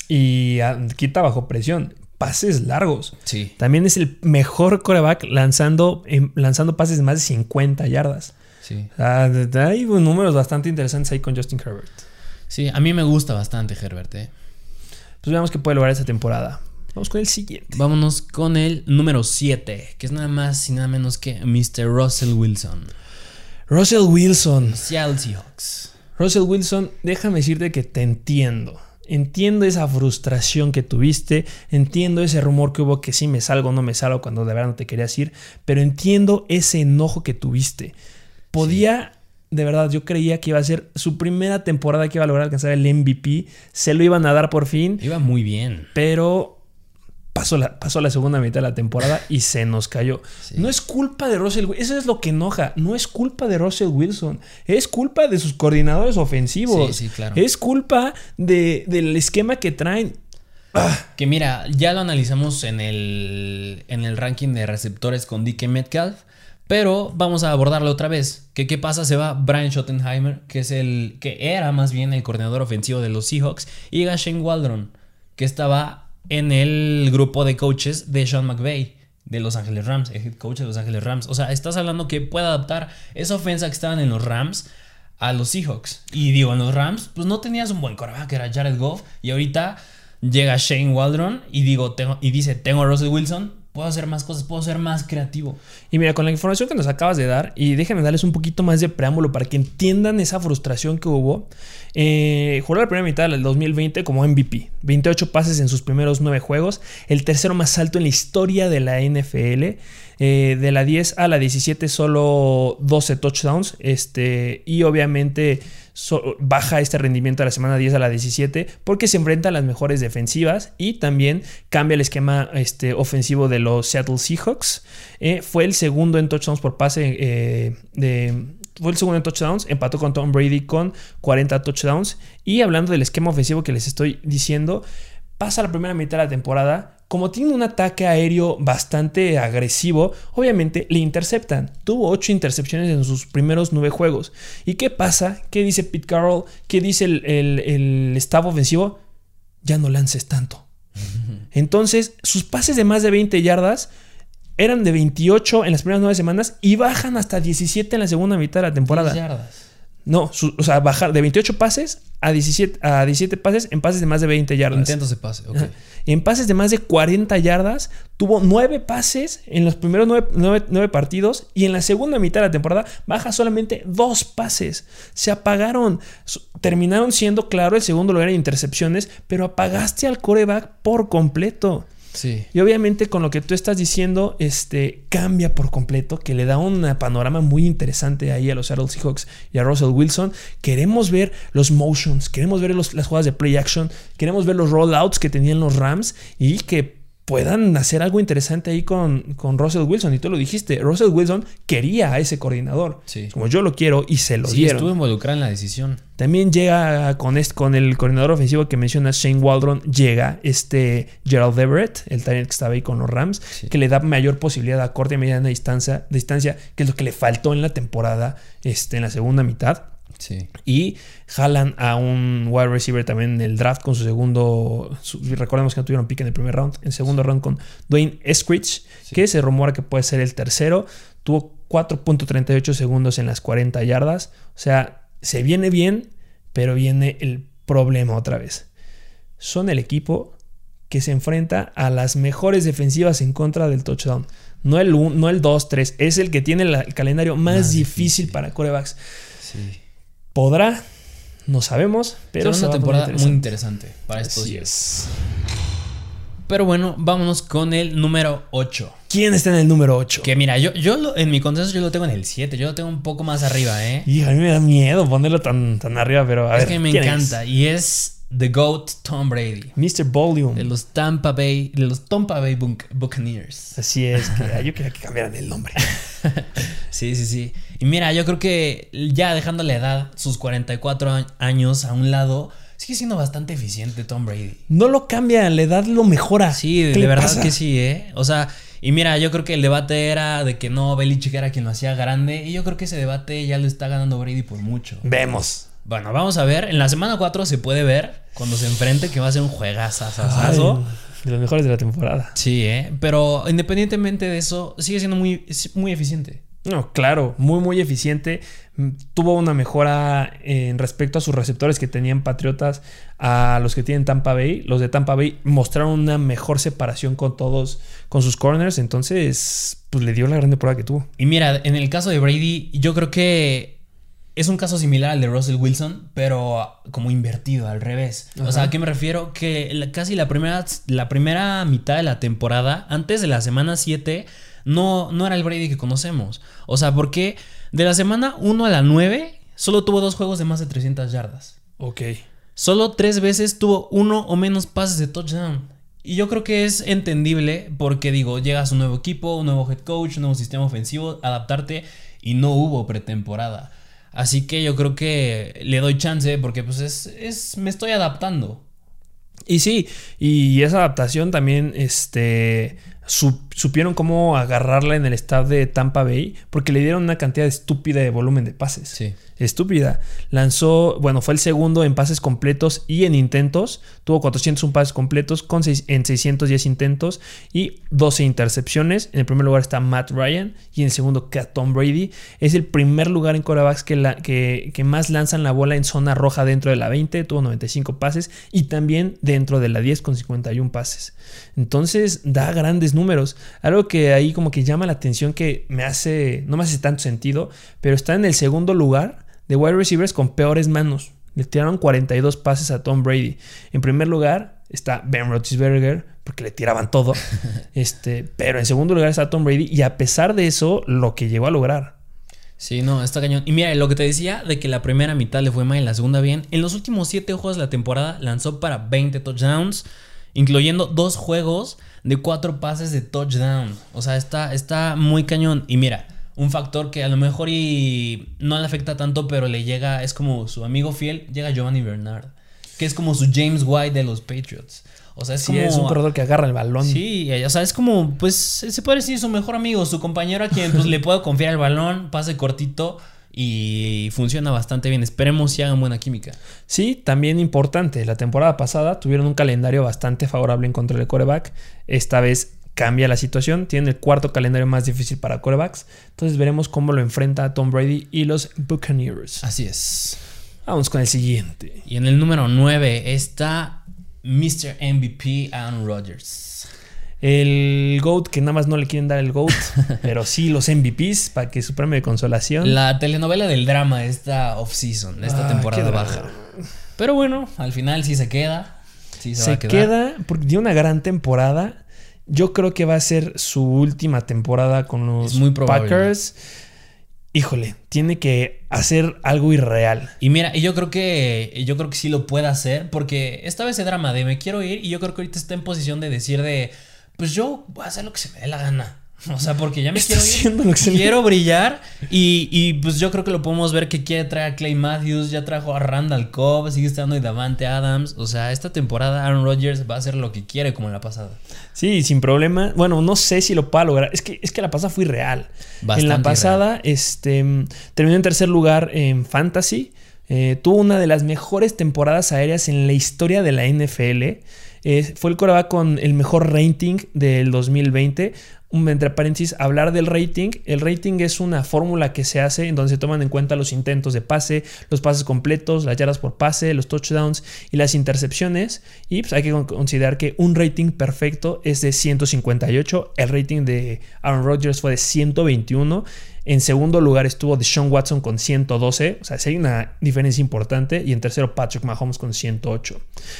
Y quita bajo presión. Pases largos. Sí. También es el mejor quarterback lanzando, eh, lanzando pases de más de cincuenta yardas. Sí. O sea, hay números bastante interesantes ahí con Justin Herbert. Sí, a mí me gusta bastante Herbert, ¿eh? Pues veamos qué puede lograr esta temporada. Vamos con el siguiente. Vámonos con el número siete, que es nada más y nada menos que mister Russell Wilson. Russell Wilson. Seattle Seahawks. Russell Wilson, déjame decirte que te entiendo. Entiendo esa frustración que tuviste. Entiendo ese rumor que hubo que sí me salgo o no me salgo cuando de verdad no te querías ir. Pero entiendo ese enojo que tuviste. Podía, sí. De verdad, yo creía que iba a ser su primera temporada que iba a lograr alcanzar el M V P. Se lo iban a dar por fin. Iba muy bien. Pero... Pasó la, pasó la segunda mitad de la temporada y se nos cayó. Sí. No es culpa de Russell Wilson. Eso es lo que enoja. No es culpa de Russell Wilson. Es culpa de sus coordinadores ofensivos. Sí, sí, claro. Es culpa de, del esquema que traen. Ah. Que mira, ya lo analizamos en el, en el ranking de receptores con D K Metcalf. Pero vamos a abordarlo otra vez. ¿Qué, qué pasa? Se va Brian Schottenheimer, que es el que era más bien el coordinador ofensivo de los Seahawks, y llega Shane Waldron, que estaba en el grupo de coaches de Sean McVay de Los Ángeles Rams, el head coach de Los Ángeles Rams. O sea, estás hablando que puede adaptar esa ofensa que estaban en los Rams a los Seahawks. Y digo, en los Rams, pues no tenías un buen quarterback, era Jared Goff, y ahorita llega Shane Waldron y digo, tengo, y dice, tengo a Russell Wilson. Puedo hacer más cosas, puedo ser más creativo. Y mira, con la información que nos acabas de dar, y déjenme darles un poquito más de preámbulo para que entiendan esa frustración que hubo. Eh, jugó la primera mitad del dos mil veinte como M V P. veintiocho pases en sus primeros nueve juegos. El tercero más alto en la historia de la N F L. Eh, de la diez a la diecisiete solo doce touchdowns. Este, y obviamente so, baja este rendimiento de la semana diez a la diecisiete porque se enfrenta a las mejores defensivas y también cambia el esquema este, ofensivo de los Seattle Seahawks. Eh, fue el segundo en touchdowns por pase eh, de... Fue el segundo en touchdowns, empató con Tom Brady con cuarenta touchdowns. Y hablando del esquema ofensivo que les estoy diciendo, pasa la primera mitad de la temporada. Como tiene un ataque aéreo bastante agresivo, obviamente le interceptan. Tuvo ocho intercepciones en sus primeros nueve juegos. ¿Y qué pasa? ¿Qué dice Pete Carroll? ¿Qué dice el, el, el staff ofensivo? Ya no lances tanto. Entonces, sus pases de más de veinte yardas eran de veintiocho en las primeras nueve semanas y bajan hasta diecisiete en la segunda mitad de la temporada. diez yardas. No, su, o sea, bajar de veintiocho pases a diecisiete, a diecisiete pases en pases de más de veinte yardas. Intentos de pase, ok. En pases de más de cuarenta yardas, tuvo nueve pases en los primeros nueve partidos y en la segunda mitad de la temporada baja solamente dos pases. Se apagaron. Terminaron siendo, claro, el segundo lugar en intercepciones, pero apagaste al quarterback por completo. Sí. Y obviamente con lo que tú estás diciendo, este, cambia por completo, que le da un panorama muy interesante ahí a los Seattle Seahawks y a Russell Wilson. Queremos ver los motions, queremos ver los, las jugadas de play action, queremos ver los rollouts que tenían los Rams y que puedan hacer algo interesante ahí con, con Russell Wilson. Y tú lo dijiste, Russell Wilson quería a ese coordinador. Sí. Como yo lo quiero y se lo sí, dieron. Estuvo involucrado en la decisión. También llega con, este, con el coordinador ofensivo que mencionas, Shane Waldron, llega este Gerald Everett, el tight end que estaba ahí con los Rams, sí. que le da mayor posibilidad a corta y mediana distancia, distancia, que es lo que le faltó en la temporada, este, en la segunda mitad. Sí. Y jalan a un wide receiver también en el draft con su segundo. Su, recordemos que no tuvieron pick en el primer round. En el segundo round con Dwayne Eskridge, sí. que se rumora que puede ser el tercero. Tuvo cuatro punto treinta y ocho segundos en las cuarenta yardas. O sea, se viene bien, pero viene el problema otra vez. Son el equipo que se enfrenta a las mejores defensivas en contra del touchdown. No el, no el dos tres, es el que tiene la, el calendario más, más difícil, difícil para quarterbacks. Sí. ¿Podrá? No sabemos, pero será una temporada muy interesante para estos Así días. Es. Pero bueno, vámonos con el número ocho. ¿Quién está en el número ocho? Que mira, yo, yo lo, en mi consenso yo lo tengo en el siete. Yo lo tengo un poco más arriba, ¿eh? Y a mí me da miedo ponerlo tan, tan arriba, pero a es ver. Es que me encanta. Es? Y es The GOAT Tom Brady. mister Volume. De los Tampa Bay, de los Tampa Bay Buccaneers. Así es, que yo quería que cambiaran el nombre. Sí, sí, sí. Y mira, yo creo que ya dejando la edad, sus cuarenta y cuatro años a un lado, sigue siendo bastante eficiente Tom Brady. No lo cambia, la edad lo mejora. Sí, de, de verdad pasa? que sí, ¿eh? O sea, y mira, yo creo que el debate era de que no, Belichick era quien lo hacía grande. Y yo creo que ese debate ya lo está ganando Brady por mucho. Vemos. Bueno, vamos a ver. En la semana cuatro se puede ver cuando se enfrente que va a ser un juegazazazo. De los mejores de la temporada. Sí, ¿eh? Pero independientemente de eso, sigue siendo muy, muy eficiente. No, claro, muy muy eficiente. Tuvo una mejora en respecto a sus receptores que tenían Patriotas a los que tienen Tampa Bay. Los de Tampa Bay mostraron una mejor separación con todos, con sus corners. Entonces, pues le dio la gran temporada que tuvo. Y mira, en el caso de Brady, yo creo que es un caso similar al de Russell Wilson, pero como invertido, al revés. Ajá. O sea, ¿a qué me refiero? Que la, casi la primera, la primera mitad de la temporada, antes de la semana siete... No, no era el Brady que conocemos. O sea, porque de la semana uno a la nueve solo tuvo dos juegos de más de trescientas yardas. Ok. Solo tres veces tuvo uno o menos pases de touchdown. Y yo creo que es entendible porque, digo, llegas a un nuevo equipo, un nuevo head coach, un nuevo sistema ofensivo, adaptarte y no hubo pretemporada. Así que yo creo que le doy chance porque pues es, es me estoy adaptando. Y sí, y esa adaptación también, este... supieron cómo agarrarla en el staff de Tampa Bay porque le dieron una cantidad estúpida de volumen de pases. Sí. Estúpida. Lanzó, bueno, fue el segundo en pases completos y en intentos. Tuvo cuatrocientos uno pases completos con seis, en seiscientos diez intentos y doce intercepciones. En el primer lugar está Matt Ryan y en el segundo queda Tom Brady. Es el primer lugar en quarterbacks que, la, que, que más lanzan la bola en zona roja dentro de la veinte. Tuvo noventa y cinco pases y también dentro de la diez con cincuenta y uno pases. Entonces da grandes números. Algo que ahí como que llama la atención que me hace, no me hace tanto sentido, pero está en el segundo lugar de wide receivers con peores manos. Le tiraron cuarenta y dos pases a Tom Brady. En primer lugar está Ben Roethlisberger, porque le tiraban todo. este, pero en segundo lugar está Tom Brady y a pesar de eso, lo que llegó a lograr. Sí, no, está cañón. Y mira, lo que te decía de que la primera mitad le fue mal y la segunda bien. En los últimos siete juegos de la temporada lanzó para veinte touchdowns, incluyendo dos juegos de cuatro pases de touchdown. O sea, está, está muy cañón. Y mira, un factor que a lo mejor y no le afecta tanto, pero le llega, es como su amigo fiel, llega Giovanni Bernard, que es como su James White de los Patriots. O sea, es sí, como... es un corredor que agarra el balón. Sí, o sea, es como, pues, se puede decir su mejor amigo, su compañero a quien pues, le puedo confiar el balón, pase cortito y funciona bastante bien. Esperemos si hagan buena química. Sí, también importante. La temporada pasada tuvieron un calendario bastante favorable en contra del quarterback. Esta vez cambia la situación. Tienen el cuarto calendario más difícil para quarterbacks. Entonces veremos cómo lo enfrenta Tom Brady y los Buccaneers. Así es. Vamos con el siguiente. Y en el número nueve está mister M V P Aaron Rodgers. El GOAT, que nada más no le quieren dar el GOAT, pero sí los M V Ps para que su premio de consolación. La telenovela del drama de esta off-season, de esta ah, temporada baja. Pero bueno, al final sí se queda. Sí se, se va a quedar. queda porque dio una gran temporada. Yo creo que va a ser su última temporada con los es muy probable. Packers. Híjole, tiene que hacer algo irreal. Y mira, yo creo que yo creo que sí lo puede hacer, porque esta vez ese drama de me quiero ir, y yo creo que ahorita está en posición de decir de pues yo voy a hacer lo que se me dé la gana. O sea, porque ya me está quiero ir, lo que se quiero me... brillar y, y pues yo creo que lo podemos ver que quiere traer a Clay Matthews, ya trajo a Randall Cobb, sigue estando y Davante Adams. O sea, esta temporada Aaron Rodgers va a hacer lo que quiere como en la pasada. Sí, sin problema. Bueno, no sé si lo pueda lograr. Es que, es que la pasada fue irreal. Bastante en la pasada irreal. Este, terminó en tercer lugar en Fantasy. Eh, tuvo una de las mejores temporadas aéreas en la historia de la N F L. Eh, fue el quarterback con el mejor rating del dos mil veinte. Un, entre paréntesis, hablar del rating. El rating es una fórmula que se hace en donde se toman en cuenta los intentos de pase, los pases completos, las yardas por pase, los touchdowns y las intercepciones. Y pues hay que considerar que un rating perfecto es de ciento cincuenta y ocho. El rating de Aaron Rodgers fue de ciento veintiuno. En segundo lugar estuvo Deshaun Watson con ciento doce. O sea, sí hay una diferencia importante. Y en tercero Patrick Mahomes con ciento ocho.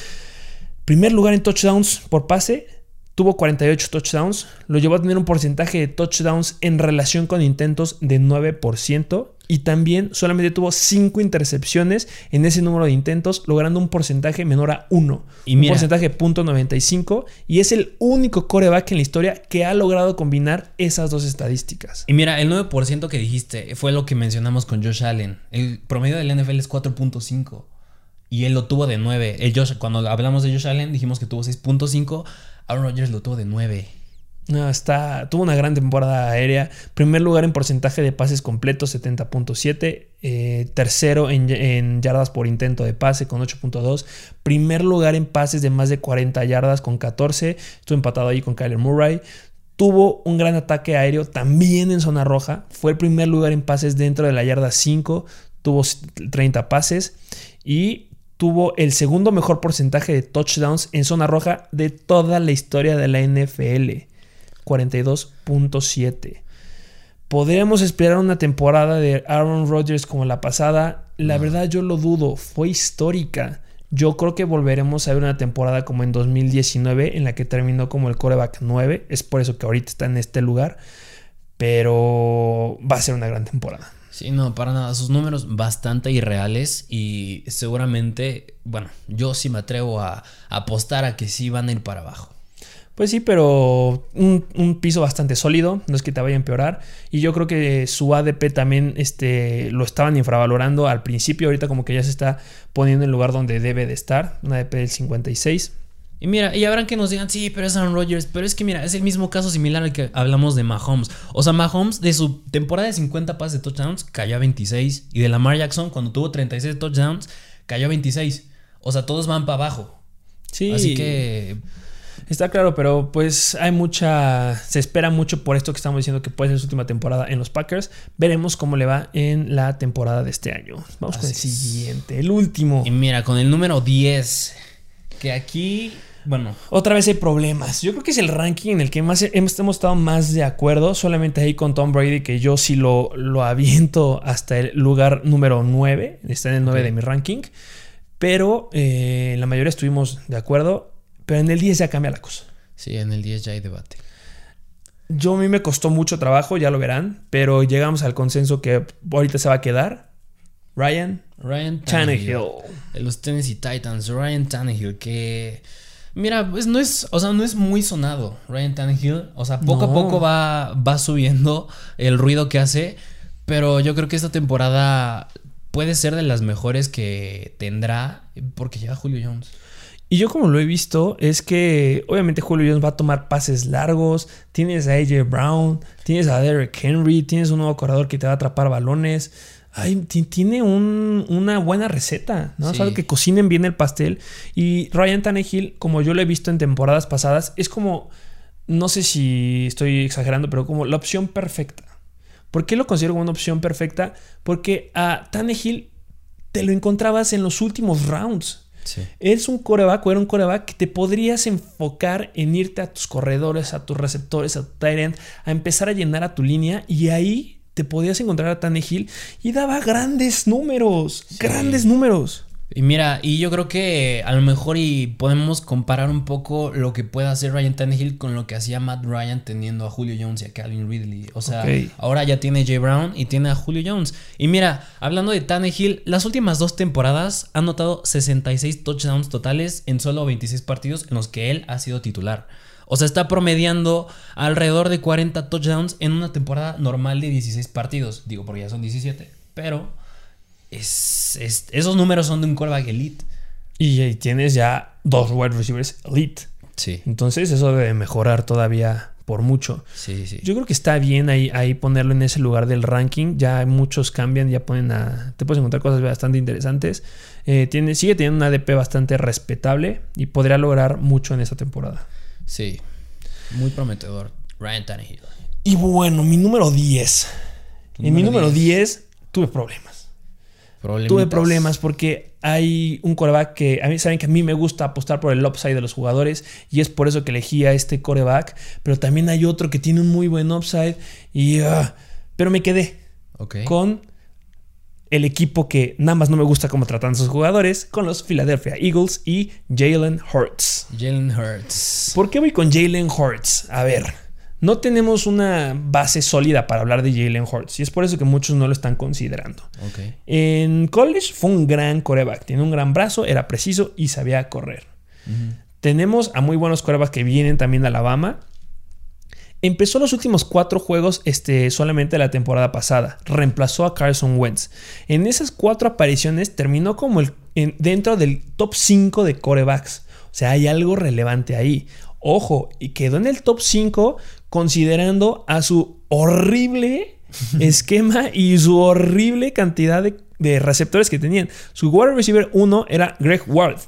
Primer lugar en touchdowns por pase. Tuvo cuarenta y ocho touchdowns. Lo llevó a tener un porcentaje de touchdowns en relación con intentos de nueve por ciento. Y también solamente tuvo cinco intercepciones en ese número de intentos, logrando un porcentaje menor a uno. Y mira, un porcentaje de punto noventa y cinco. Y es el único quarterback en la historia que ha logrado combinar esas dos estadísticas. Y mira, el nueve por ciento que dijiste fue lo que mencionamos con Josh Allen. El promedio del N F L es cuatro punto cinco. Y él lo tuvo de nueve. El Josh, cuando hablamos de Josh Allen dijimos que tuvo seis punto cinco. Aaron Rodgers lo tuvo de nueve. No, está, tuvo una gran temporada aérea. Primer lugar en porcentaje de pases completos, setenta punto siete. Eh, tercero en, en yardas por intento de pase con ocho punto dos. Primer lugar en pases de más de cuarenta yardas con catorce. Estuvo empatado ahí con Kyler Murray. Tuvo un gran ataque aéreo también en zona roja. Fue el primer lugar en pases dentro de la yarda cinco. Tuvo treinta pases. Y tuvo el segundo mejor porcentaje de touchdowns en zona roja de toda la historia de la N F L. cuarenta y dos punto siete. ¿Podríamos esperar una temporada de Aaron Rodgers como la pasada? La no. verdad yo lo dudo. Fue histórica. Yo creo que volveremos a ver una temporada como en dos mil diecinueve en la que terminó como el quarterback nueve. Es por eso que ahorita está en este lugar. Pero va a ser una gran temporada. Sí, no, para nada. Sus números bastante irreales y seguramente, bueno, yo sí me atrevo a, a apostar a que sí van a ir para abajo. Pues sí, pero un, un piso bastante sólido, no es que te vaya a empeorar. Y yo creo que su A D P también este, lo estaban infravalorando al principio. Ahorita como que ya se está poniendo en el lugar donde debe de estar. Un A D P del cincuenta y seis. Y mira, y habrán que nos digan, sí, pero es Aaron Rodgers. Pero es que mira, es el mismo caso similar al que hablamos de Mahomes. O sea, Mahomes de su temporada de cincuenta pases de touchdowns cayó a veintiséis. Y de Lamar Jackson, cuando tuvo treinta y seis touchdowns, cayó a veintiséis. O sea, todos van para abajo. Sí. Así que... Está claro, pero pues hay mucha... Se espera mucho por esto que estamos diciendo que puede ser su última temporada en los Packers. Veremos cómo le va en la temporada de este año. Vamos Así con el siguiente, el último. Y mira, con el número diez... Que aquí, bueno... Otra vez hay problemas. Yo creo que es el ranking en el que más hemos, hemos estado más de acuerdo. Solamente ahí con Tom Brady, que yo sí lo, lo aviento hasta el lugar número nueve. Está en el nueve okay. de mi ranking. Pero eh, la mayoría estuvimos de acuerdo. Pero en el diez ya cambia la cosa. Sí, en el diez ya hay debate. Yo a mí me costó mucho trabajo, ya lo verán. Pero llegamos al consenso que ahorita se va a quedar. Ryan... Ryan Tannehill. Tannehill. De los Tennessee Titans. Ryan Tannehill, que... Mira, pues no es... O sea, no es muy sonado Ryan Tannehill. O sea, poco no. a poco va, va subiendo el ruido que hace. Pero yo creo que esta temporada puede ser de las mejores que tendrá. Porque llega Julio Jones. Y yo como lo he visto, es que obviamente Julio Jones va a tomar pases largos. Tienes a A J Brown, tienes a Derrick Henry, tienes un nuevo corredor que te va a atrapar balones. Ay, t- tiene un, una buena receta, ¿no? Sí. O sea, que cocinen bien el pastel. Y Ryan Tannehill, como yo lo he visto en temporadas pasadas, es como, no sé si estoy exagerando, pero como la opción perfecta. ¿Por qué lo considero como una opción perfecta? Porque a Tannehill te lo encontrabas en los últimos rounds. Sí. Es un coreback o era un coreback que te podrías enfocar en irte a tus corredores, a tus receptores, a tu tight end, a empezar a llenar a tu línea y ahí te podías encontrar a Tannehill y daba grandes números, sí. grandes números. Y mira, y yo creo que a lo mejor y podemos comparar un poco lo que puede hacer Ryan Tannehill con lo que hacía Matt Ryan teniendo a Julio Jones y a Calvin Ridley. O sea, okay. ahora ya tiene a Jay Brown y tiene a Julio Jones. Y mira, hablando de Tannehill, las últimas dos temporadas ha anotado sesenta y seis touchdowns totales en solo veintiséis partidos en los que él ha sido titular. O sea, está promediando alrededor de cuarenta touchdowns en una temporada normal de dieciséis partidos. Digo, porque ya son diecisiete. Pero es, es, esos números son de un quarterback elite. Y, y tienes ya dos wide receivers elite. Sí. Entonces eso debe mejorar todavía por mucho. Sí, sí. Yo creo que está bien ahí, ahí ponerlo en ese lugar del ranking. Ya muchos cambian, ya ponen a... Te puedes encontrar cosas bastante interesantes. Eh, tiene, sigue teniendo una A D P bastante respetable y podría lograr mucho en esta temporada. Sí, muy prometedor. Ryan Tannehill. Y bueno, mi número diez. En mi número diez tuve problemas. Tuve problemas porque hay un quarterback que a mí saben que a mí me gusta apostar por el upside de los jugadores y es por eso que elegí a este quarterback. Pero también hay otro que tiene un muy buen upside y uh, pero me quedé okay. con el equipo que nada más no me gusta cómo tratan a sus jugadores, con los Philadelphia Eagles y Jalen Hurts. Jalen Hurts. ¿Por qué voy con Jalen Hurts? A ver, no tenemos una base sólida para hablar de Jalen Hurts y es por eso que muchos no lo están considerando. Okay. En college fue un gran quarterback, tiene un gran brazo, era preciso y sabía correr. Uh-huh. Tenemos a muy buenos quarterbacks que vienen también de Alabama. Empezó los últimos cuatro juegos este, solamente la temporada pasada. Reemplazó a Carson Wentz. En esas cuatro apariciones terminó como el, en, dentro del top cinco de quarterbacks. O sea, hay algo relevante ahí. Ojo, y quedó en el top cinco considerando a su horrible esquema y su horrible cantidad de, de receptores que tenían. Su wide receiver uno era Greg Ward.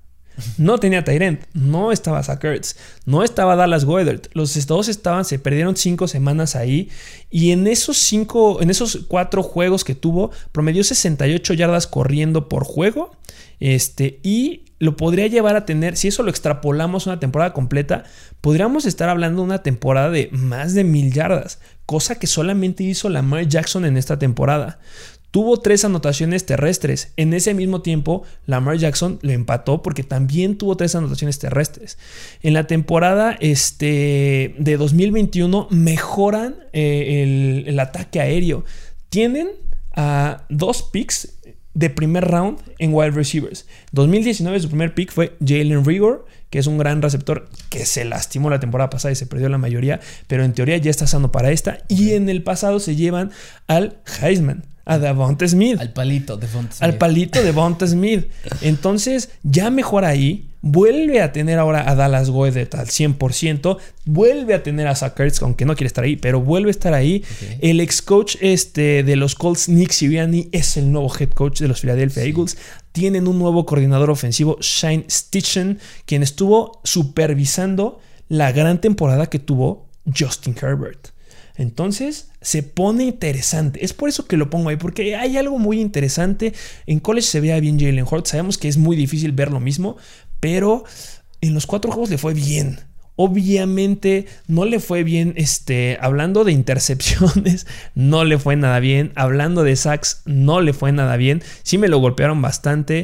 No tenía tight end, no estaba Zach Ertz, no estaba Dallas Goedert. Los dos estaban, se perdieron cinco semanas ahí. Y en esos cinco, en esos cuatro juegos que tuvo, promedió sesenta y ocho yardas corriendo por juego. Este, y lo podría llevar a tener, si eso lo extrapolamos una temporada completa, podríamos estar hablando de una temporada de más de mil yardas, cosa que solamente hizo Lamar Jackson en esta temporada. Tuvo tres anotaciones terrestres. En ese mismo tiempo, Lamar Jackson lo empató porque también tuvo tres anotaciones terrestres. En la temporada este, de dos mil veintiuno mejoran eh, el, el ataque aéreo. Tienen a dos picks de primer round en wide receivers. dos mil diecinueve su primer pick fue Jalen Reagor, que es un gran receptor que se lastimó la temporada pasada y se perdió la mayoría, pero en teoría ya está sano para esta. Y en el pasado se llevan al Heisman, a Devonta Smith. Al palito de Devonta Smith. Al palito de Devonta Smith. Entonces, ya mejor ahí. vuelve a tener ahora a Dallas Goedert al cien por ciento, vuelve a tener a Zach Ertz, aunque no quiere estar ahí, pero vuelve a estar ahí. Okay. El ex coach este, de los Colts, Nick Sirianni, es el nuevo head coach de los Philadelphia sí. Eagles. Tienen un nuevo coordinador ofensivo, Shane Steichen, quien estuvo supervisando la gran temporada que tuvo Justin Herbert. Entonces se pone interesante. Es por eso que lo pongo ahí, porque hay algo muy interesante. En college se veía bien Jalen Hurts. Sabemos que es muy difícil ver lo mismo, pero en los cuatro juegos le fue bien. Obviamente no le fue bien, este, hablando de intercepciones, no le fue nada bien. Hablando de sacks, no le fue nada bien. Sí me lo golpearon bastante.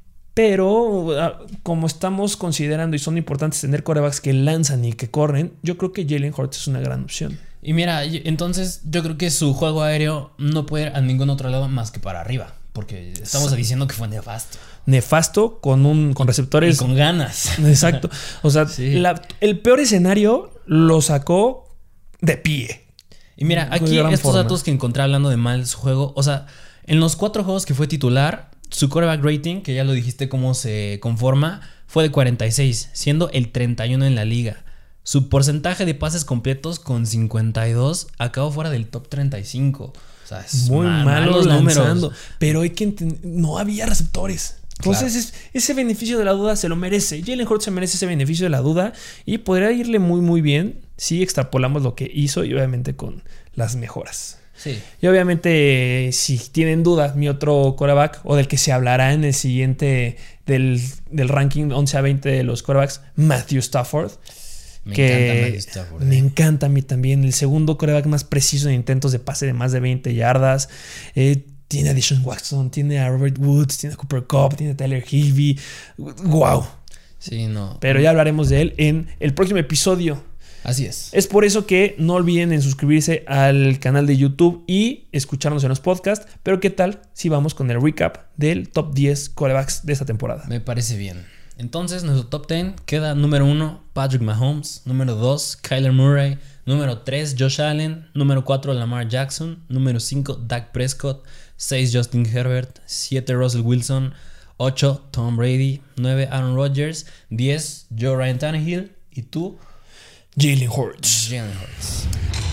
Pero como estamos considerando y son importantes tener quarterbacks que lanzan y que corren, yo creo que Jalen Hurts es una gran opción. Y mira, entonces yo creo que su juego aéreo no puede ir a ningún otro lado más que para arriba. Porque estamos sí. diciendo que fue nefasto. Nefasto con un con receptores. Y con ganas. Exacto. O sea, sí. la, el peor escenario lo sacó de pie. Y mira, aquí estos forma. datos que encontré hablando de mal su juego. O sea, en los cuatro juegos que fue titular, su quarterback rating, que ya lo dijiste cómo se conforma, fue de cuarenta y seis, siendo el treinta y uno en la liga. Su porcentaje de pases completos con cincuenta y dos acabó fuera del top treinta y cinco. O sea, es muy mal, malo números. Pero hay que entender, no había receptores. Entonces claro. es, ese beneficio de la duda se lo merece. Jalen Hurts se merece ese beneficio de la duda y podría irle muy muy bien si extrapolamos lo que hizo y obviamente con las mejoras. Sí. Y obviamente si tienen dudas, mi otro quarterback o del que se hablará en el siguiente del, del ranking once a veinte de los quarterbacks, Matthew Stafford. Me que encanta Matthew Stafford. Me encanta a mí también. El segundo quarterback más preciso en intentos de pase de más de veinte yardas. Eh, tiene a Deshaun Watson, tiene a Robert Woods, tiene a Cooper Kupp, tiene a Tyler Higbee. ¡Wow! Sí, no. Pero ya hablaremos de él en el próximo episodio. Así es. Es por eso que no olviden en suscribirse al canal de YouTube y escucharnos en los podcasts. Pero ¿qué tal si vamos con el recap del top diez quarterbacks de esta temporada? Me parece bien. Entonces, nuestro top diez queda número uno, Patrick Mahomes. Número dos, Kyler Murray. Número tres, Josh Allen. Número cuatro, Lamar Jackson. Número cinco, Dak Prescott. seis, Justin Herbert. siete, Russell Wilson. ocho, Tom Brady. nueve, Aaron Rodgers. diez, Joe Ryan Tannehill. ¿Y tú? Jalen Hurts. Jalen Hurts.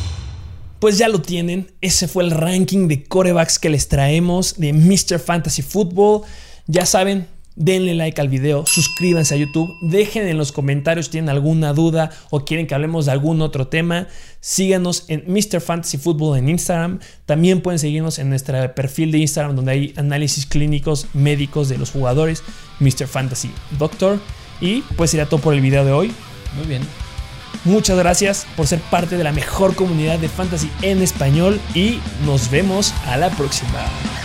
Pues ya lo tienen. Ese fue el ranking de quarterbacks que les traemos de mister Fantasy Football. Ya saben, denle like al video, suscríbanse a YouTube, dejen en los comentarios si tienen alguna duda o quieren que hablemos de algún otro tema. Síganos en mister Fantasy Football en Instagram. También pueden seguirnos en nuestro perfil de Instagram donde hay análisis clínicos médicos de los jugadores, mister Fantasy Doctor. Y pues sería todo por el video de hoy. Muy bien. Muchas gracias por ser parte de la mejor comunidad de fantasy en español y nos vemos a la próxima.